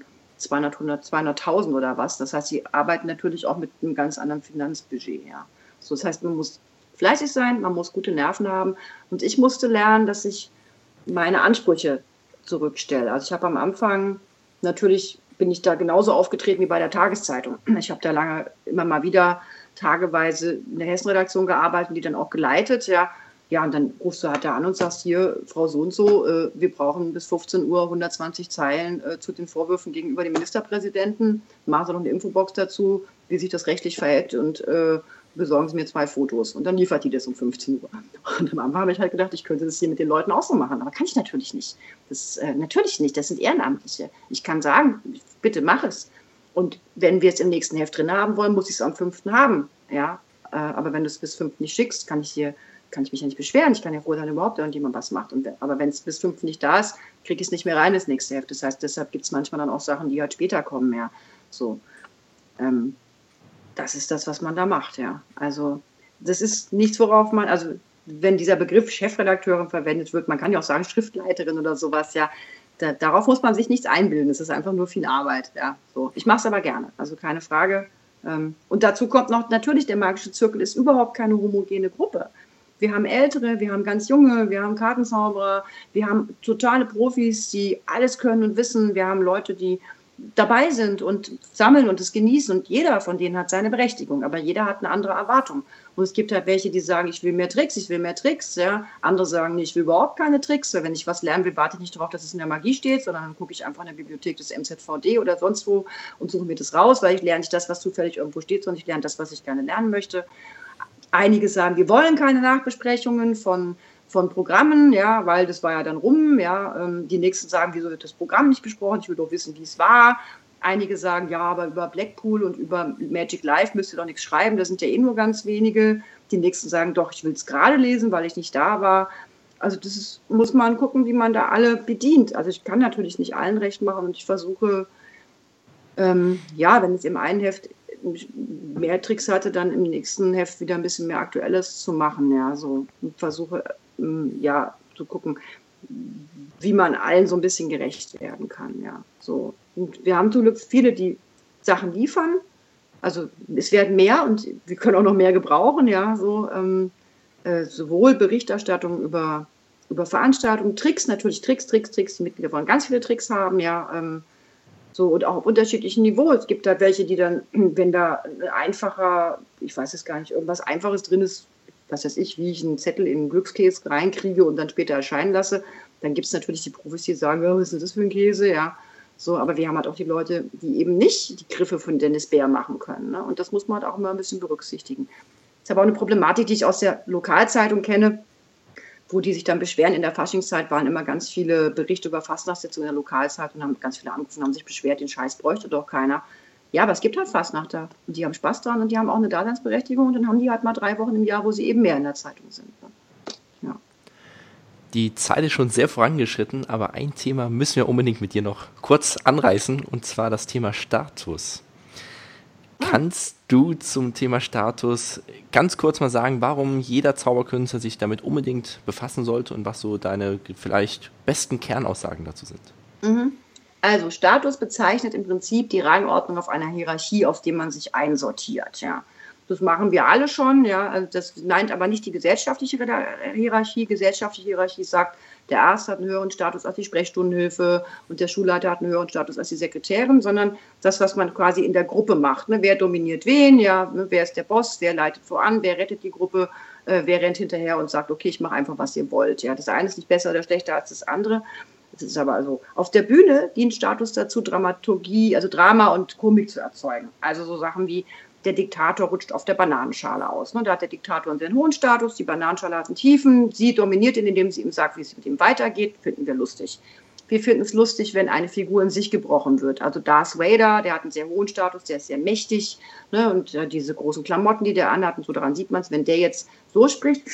200.000 oder was. Das heißt, sie arbeiten natürlich auch mit einem ganz anderen Finanzbudget. Ja. So, das heißt, man muss fleißig sein, man muss gute Nerven haben. Und ich musste lernen, dass ich meine Ansprüche zurückstelle. Also ich habe am Anfang, natürlich bin ich da genauso aufgetreten wie bei der Tageszeitung. Ich habe da lange immer mal wieder tageweise in der Hessenredaktion gearbeitet, die dann auch geleitet, ja. Ja, und dann rufst du halt da an und sagst, hier, Frau so und so, wir brauchen bis 15 Uhr 120 Zeilen zu den Vorwürfen gegenüber dem Ministerpräsidenten. Machen Sie noch eine Infobox dazu, wie sich das rechtlich verhält und besorgen Sie mir 2 Fotos. Und dann liefert die das um 15 Uhr. Und am Anfang habe ich halt gedacht, ich könnte das hier mit den Leuten auch so machen. Aber kann ich natürlich nicht. Natürlich nicht, das sind Ehrenamtliche. Ich kann sagen, bitte mach es. Und wenn wir es im nächsten Heft drin haben wollen, muss ich es am 5. haben. Ja? Aber wenn du es bis 5 nicht schickst, kann ich mich ja nicht beschweren. Ich kann ja froh sein, überhaupt irgendjemand was macht. Aber wenn es bis 5 nicht da ist, kriege ich es nicht mehr rein ins nächste Heft. Das heißt, deshalb gibt es manchmal dann auch Sachen, die halt später kommen. Ja. So, das ist das, was man da macht. Ja. Also das ist nichts, worauf man, also wenn dieser Begriff Chefredakteurin verwendet wird, man kann ja auch sagen Schriftleiterin oder sowas, ja, darauf muss man sich nichts einbilden. Es ist einfach nur viel Arbeit. Ja, so. Ich mache es aber gerne, also keine Frage. Und dazu kommt noch, natürlich, der Magische Zirkel ist überhaupt keine homogene Gruppe. Wir haben Ältere, wir haben ganz Junge, wir haben Kartenzauberer, wir haben totale Profis, die alles können und wissen. Wir haben Leute, die dabei sind und sammeln und es genießen. Und jeder von denen hat seine Berechtigung, aber jeder hat eine andere Erwartung. Und es gibt halt welche, die sagen, ich will mehr Tricks, ja. Andere sagen, nee, ich will überhaupt keine Tricks. Wenn ich was lernen will, warte ich nicht darauf, dass es in der Magie steht, sondern dann gucke ich einfach in der Bibliothek des MZVD oder sonst wo und suche mir das raus, weil ich lerne nicht das, was zufällig irgendwo steht, sondern ich lerne das, was ich gerne lernen möchte. Einige sagen, wir wollen keine Nachbesprechungen von Programmen, ja, weil das war ja dann rum, ja. Die nächsten sagen, wieso wird das Programm nicht besprochen? Ich will doch wissen, wie es war. Einige sagen, ja, aber über Blackpool und über Magic Life müsst ihr doch nichts schreiben, das sind ja eh nur ganz wenige. Die nächsten sagen, doch, ich will es gerade lesen, weil ich nicht da war. Also muss man gucken, wie man da alle bedient. Also ich kann natürlich nicht allen recht machen und ich versuche, wenn es im einen Heft mehr Tricks hatte, dann im nächsten Heft wieder ein bisschen mehr Aktuelles zu machen, ja, so. Und versuche, zu gucken, wie man allen so ein bisschen gerecht werden kann, ja, so. Und wir haben zum Glück viele, die Sachen liefern, also es werden mehr und wir können auch noch mehr gebrauchen, ja, so, sowohl Berichterstattung über Veranstaltungen, Tricks, natürlich Tricks, die Mitglieder wollen ganz viele Tricks haben, ja, so, und auch auf unterschiedlichen Niveaus. Es gibt da welche, die dann, wenn da ein einfacher, ich weiß es gar nicht, irgendwas Einfaches drin ist, was weiß ich, wie ich einen Zettel in einen Glückskäse reinkriege und dann später erscheinen lasse, dann gibt es natürlich die Profis, die sagen, ja, was ist denn das für ein Käse, ja. So, aber wir haben halt auch die Leute, die eben nicht die Griffe von Dennis Bär machen können, ne? Und das muss man halt auch immer ein bisschen berücksichtigen. Das ist aber auch eine Problematik, die ich aus der Lokalzeitung kenne, wo die sich dann beschweren. In der Faschingszeit waren immer ganz viele Berichte über Fastnachtssitzungen in der Lokalzeitung und haben ganz viele angerufen und haben sich beschwert, den Scheiß bräuchte doch keiner. Ja, aber es gibt halt Fastnachter und die haben Spaß dran und die haben auch eine Daseinsberechtigung und dann haben die halt mal 3 Wochen im Jahr, wo sie eben mehr in der Zeitung sind. Ja. Die Zeit ist schon sehr vorangeschritten, aber ein Thema müssen wir unbedingt mit dir noch kurz anreißen, und zwar das Thema Status. Kannst du zum Thema Status ganz kurz mal sagen, warum jeder Zauberkünstler sich damit unbedingt befassen sollte und was so deine vielleicht besten Kernaussagen dazu sind? Also Status bezeichnet im Prinzip die Rangordnung auf einer Hierarchie, auf die man sich einsortiert. Ja. Das machen wir alle schon. Ja. Also das meint aber nicht die gesellschaftliche Hierarchie. Gesellschaftliche Hierarchie sagt, der Arzt hat einen höheren Status als die Sprechstundenhilfe und der Schulleiter hat einen höheren Status als die Sekretärin, sondern das, was man quasi in der Gruppe macht. Ne? Wer dominiert wen? Ja, ne? Wer ist der Boss? Wer leitet voran? Wer rettet die Gruppe? Wer rennt hinterher und sagt, okay, ich mache einfach, was ihr wollt. Ja, das eine ist nicht besser oder schlechter als das andere. Das ist aber so. Auf der Bühne dient Status dazu, Dramaturgie, also Drama und Komik zu erzeugen. Also so Sachen wie, der Diktator rutscht auf der Bananenschale aus. Ne? Da hat der Diktator einen sehr hohen Status, die Bananenschale hat einen tiefen, sie dominiert ihn, indem sie ihm sagt, wie es mit ihm weitergeht, finden wir lustig. Wir finden es lustig, wenn eine Figur in sich gebrochen wird. Also Darth Vader, der hat einen sehr hohen Status, der ist sehr mächtig, ne? Und diese großen Klamotten, die der anhat, und so daran sieht man es, wenn der jetzt so spricht,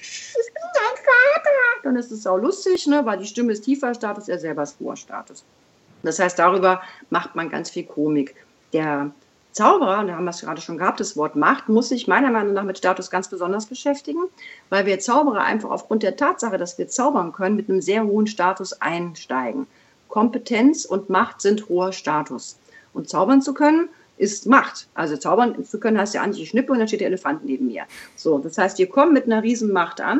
dein Vater, dann ist es sau lustig, ne? Weil die Stimme ist tiefer Status, er selber ist hoher Status. Das heißt, darüber macht man ganz viel Komik. Der Zauberer, und da haben wir es gerade schon gehabt, das Wort Macht, muss sich meiner Meinung nach mit Status ganz besonders beschäftigen, weil wir Zauberer einfach aufgrund der Tatsache, dass wir zaubern können, mit einem sehr hohen Status einsteigen. Kompetenz und Macht sind hoher Status. Und zaubern zu können, ist Macht. Also zaubern zu können, heißt ja Antje Schnippe und dann steht der Elefant neben mir. So, das heißt, wir kommen mit einer riesen Macht an,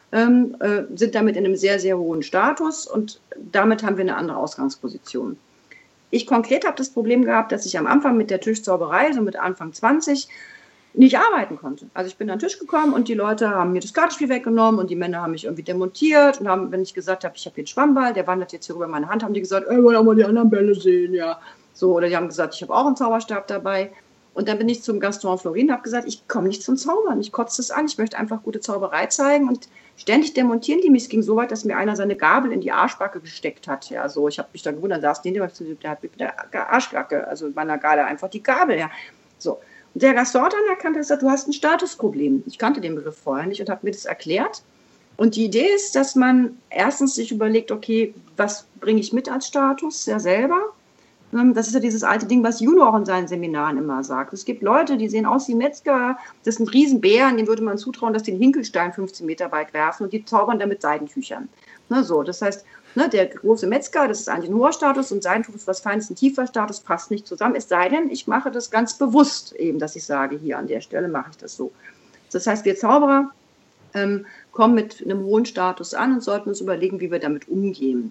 sind damit in einem sehr, sehr hohen Status und damit haben wir eine andere Ausgangsposition. Ich konkret habe das Problem gehabt, dass ich am Anfang mit der Tischzauberei, so mit Anfang 20, nicht arbeiten konnte. Also ich bin an den Tisch gekommen und die Leute haben mir das Kartenspiel weggenommen und die Männer haben mich irgendwie demontiert und haben, wenn ich gesagt habe, ich habe hier einen Schwammball, der wandert jetzt hier rüber in meine Hand, haben die gesagt, wollen auch mal die anderen Bälle sehen, ja. So, oder die haben gesagt, ich habe auch einen Zauberstab dabei. Und dann bin ich zum Gaston Florin und habe gesagt, ich komme nicht zum Zaubern, ich kotze das an, ich möchte einfach gute Zauberei zeigen und ständig demontieren die mich. Es ging so weit, dass mir einer seine Gabel in die Arschbacke gesteckt hat. Ja, so, ich habe mich da gewundert, da saß der hat mit der Arschbacke, also in meiner Gabel einfach die Gabel, ja. So. Und der Gaston hat dann erkannt, dass er sagt, du hast ein Statusproblem. Ich kannte den Begriff vorher nicht und habe mir das erklärt. Und die Idee ist, dass man erstens sich überlegt, okay, was bringe ich mit als Status, ja selber? Das ist ja dieses alte Ding, was Juno auch in seinen Seminaren immer sagt. Es gibt Leute, die sehen aus wie Metzger, das sind Riesenbären, denen würde man zutrauen, dass die den Hinkelstein 15 Meter weit werfen und die zaubern damit Seidentüchern. So, das heißt, der große Metzger, das ist eigentlich ein hoher Status und Seidentuch ist was Feines, ein tiefer Status, passt nicht zusammen. Es sei denn, ich mache das ganz bewusst eben, dass ich sage, hier an der Stelle mache ich das so. Das heißt, wir Zauberer kommen mit einem hohen Status an und sollten uns überlegen, wie wir damit umgehen.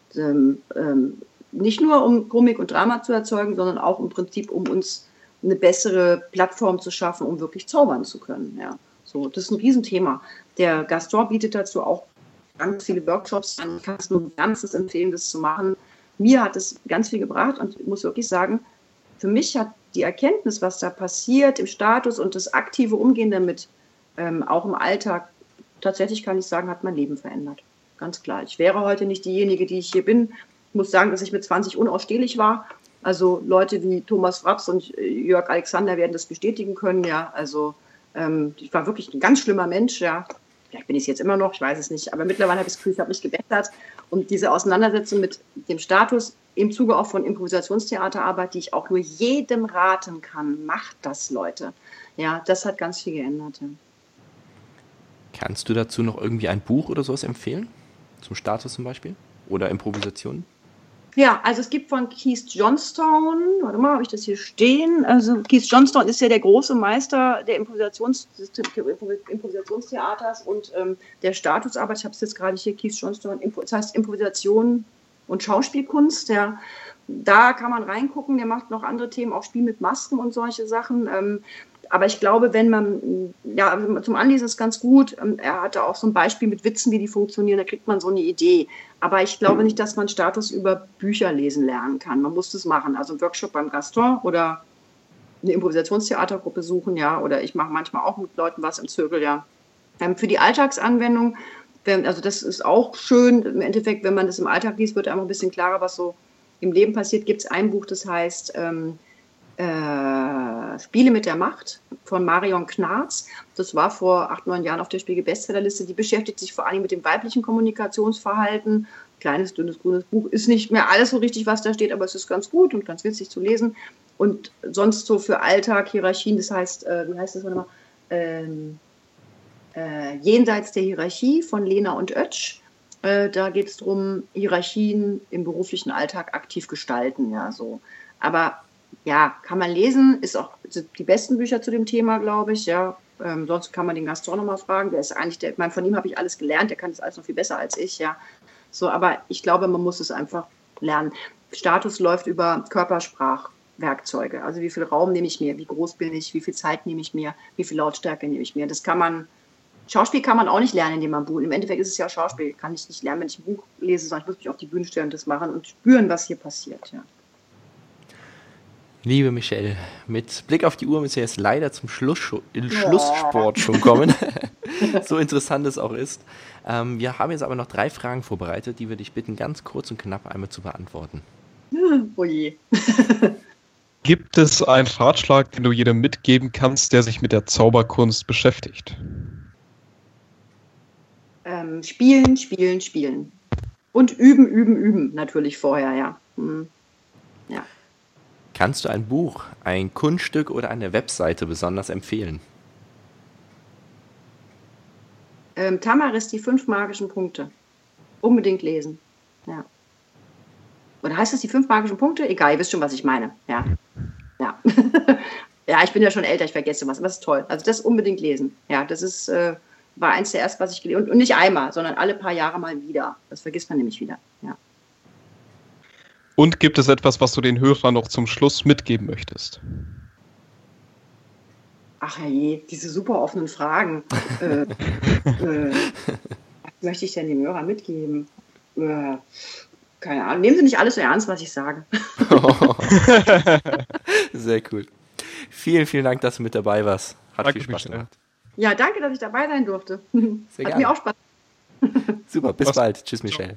Nicht nur um Komik und Drama zu erzeugen, sondern auch im Prinzip, um uns eine bessere Plattform zu schaffen, um wirklich zaubern zu können. Ja. So, das ist ein Riesenthema. Der Gaston bietet dazu auch ganz viele Workshops an. Ich kann es nur wärmstens empfehlen, das zu machen. Mir hat es ganz viel gebracht und ich muss wirklich sagen, für mich hat die Erkenntnis, was da passiert im Status und das aktive Umgehen damit, auch im Alltag, tatsächlich kann ich sagen, hat mein Leben verändert. Ganz klar. Ich wäre heute nicht diejenige, die ich hier bin. Ich muss sagen, dass ich mit 20 unausstehlich war. Also Leute wie Thomas Fraps und Jörg Alexander werden das bestätigen können. Ja, also ich war wirklich ein ganz schlimmer Mensch. Ja, vielleicht bin ich es jetzt immer noch, ich weiß es nicht. Aber mittlerweile habe ich das Gefühl, ich habe mich gebessert. Und diese Auseinandersetzung mit dem Status im Zuge auch von Improvisationstheaterarbeit, die ich auch nur jedem raten kann, macht das, Leute. Ja, das hat ganz viel geändert. Ja. Kannst du dazu noch irgendwie ein Buch oder sowas empfehlen? Zum Status zum Beispiel? Oder Improvisation? Ja, also es gibt von Keith Johnstone, warte mal, habe ich das hier stehen? Also Keith Johnstone ist ja der große Meister der Improvisationstheaters und der Statusarbeit. Ich habe es jetzt gerade hier, Keith Johnstone, das heißt Improvisation und Schauspielkunst. Ja. Da kann man reingucken, der macht noch andere Themen, auch Spiel mit Masken und solche Sachen. Aber ich glaube, wenn man, ja, zum Anlesen ist ganz gut. Er hatte auch so ein Beispiel mit Witzen, wie die funktionieren, da kriegt man so eine Idee. Aber ich glaube nicht, dass man Status über Bücher lesen lernen kann. Man muss das machen. Also ein Workshop beim Gaston oder eine Improvisationstheatergruppe suchen, ja. Oder ich mache manchmal auch mit Leuten was im Zirkel, ja. Für die Alltagsanwendung, also das ist auch schön. Im Endeffekt, wenn man das im Alltag liest, wird einem ein bisschen klarer, was so im Leben passiert. Gibt es ein Buch, das heißt Spiele mit der Macht von Marion Knarz. Das war vor 8, 9 Jahren auf der Spiegel-Bestsellerliste. Die beschäftigt sich vor allem mit dem weiblichen Kommunikationsverhalten. Kleines, dünnes, grünes Buch. Ist nicht mehr alles so richtig, was da steht, aber es ist ganz gut und ganz witzig zu lesen. Und sonst so für Alltag, Hierarchien, das heißt, wie heißt das nochmal? Jenseits der Hierarchie von Lena und Oetsch. Da geht es darum, Hierarchien im beruflichen Alltag aktiv gestalten. Ja, so. Aber ja, kann man lesen, ist auch die besten Bücher zu dem Thema, glaube ich. Ja, sonst kann man den Gaston nochmal fragen. Der ist eigentlich, von ihm habe ich alles gelernt, der kann das alles noch viel besser als ich. Ja, so, aber ich glaube, man muss es einfach lernen. Status läuft über Körpersprachwerkzeuge. Also wie viel Raum nehme ich mir, wie groß bin ich, wie viel Zeit nehme ich mir, wie viel Lautstärke nehme ich mir. Das kann man. Schauspiel kann man auch nicht lernen, indem man ein Buch. Im Endeffekt ist es ja Schauspiel. Kann ich nicht lernen, wenn ich ein Buch lese, sondern ich muss mich auf die Bühne stellen und das machen und spüren, was hier passiert. Ja. Liebe Michelle, mit Blick auf die Uhr müssen wir jetzt leider zum Schlusssport schon kommen. So interessant es auch ist. Wir haben jetzt aber noch 3 Fragen vorbereitet, die wir dich bitten, ganz kurz und knapp einmal zu beantworten. Oh je. Gibt es einen Ratschlag, den du jedem mitgeben kannst, der sich mit der Zauberkunst beschäftigt? Spielen, spielen, spielen. Und üben, üben, üben natürlich vorher, ja. Ja. Kannst du ein Buch, ein Kunststück oder eine Webseite besonders empfehlen? Tamaris, die 5 magischen Punkte. Unbedingt lesen. Ja. Oder heißt das die 5 magischen Punkte? Egal, ihr wisst schon, was ich meine. Ja. Ja. Ja, ich bin ja schon älter, ich vergesse was. Aber das ist toll. Also das unbedingt lesen. Ja, das ist, war eins der ersten, was ich gelesen habe. Und nicht einmal, sondern alle paar Jahre mal wieder. Das vergisst man nämlich wieder. Ja. Und gibt es etwas, was du den Hörern noch zum Schluss mitgeben möchtest? Ach herrje, diese super offenen Fragen. Was möchte ich denn den Hörern mitgeben? Keine Ahnung. Nehmen Sie nicht alles so ernst, was ich sage. Sehr cool. Vielen, vielen Dank, dass du mit dabei warst. Hat danke, viel Spaß gemacht. Ja, danke, dass ich dabei sein durfte. Sehr Hat gerne. mir auch Spaß gemacht. Super, bis bald. Tschüss, Michelle.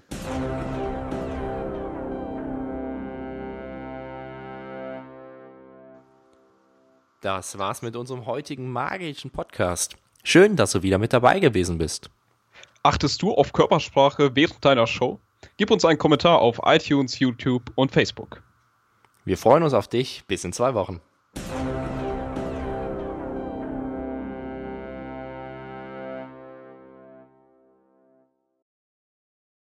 Das war's mit unserem heutigen magischen Podcast. Schön, dass du wieder mit dabei gewesen bist. Achtest du auf Körpersprache während deiner Show? Gib uns einen Kommentar auf iTunes, YouTube und Facebook. Wir freuen uns auf dich. Bis in 2 Wochen.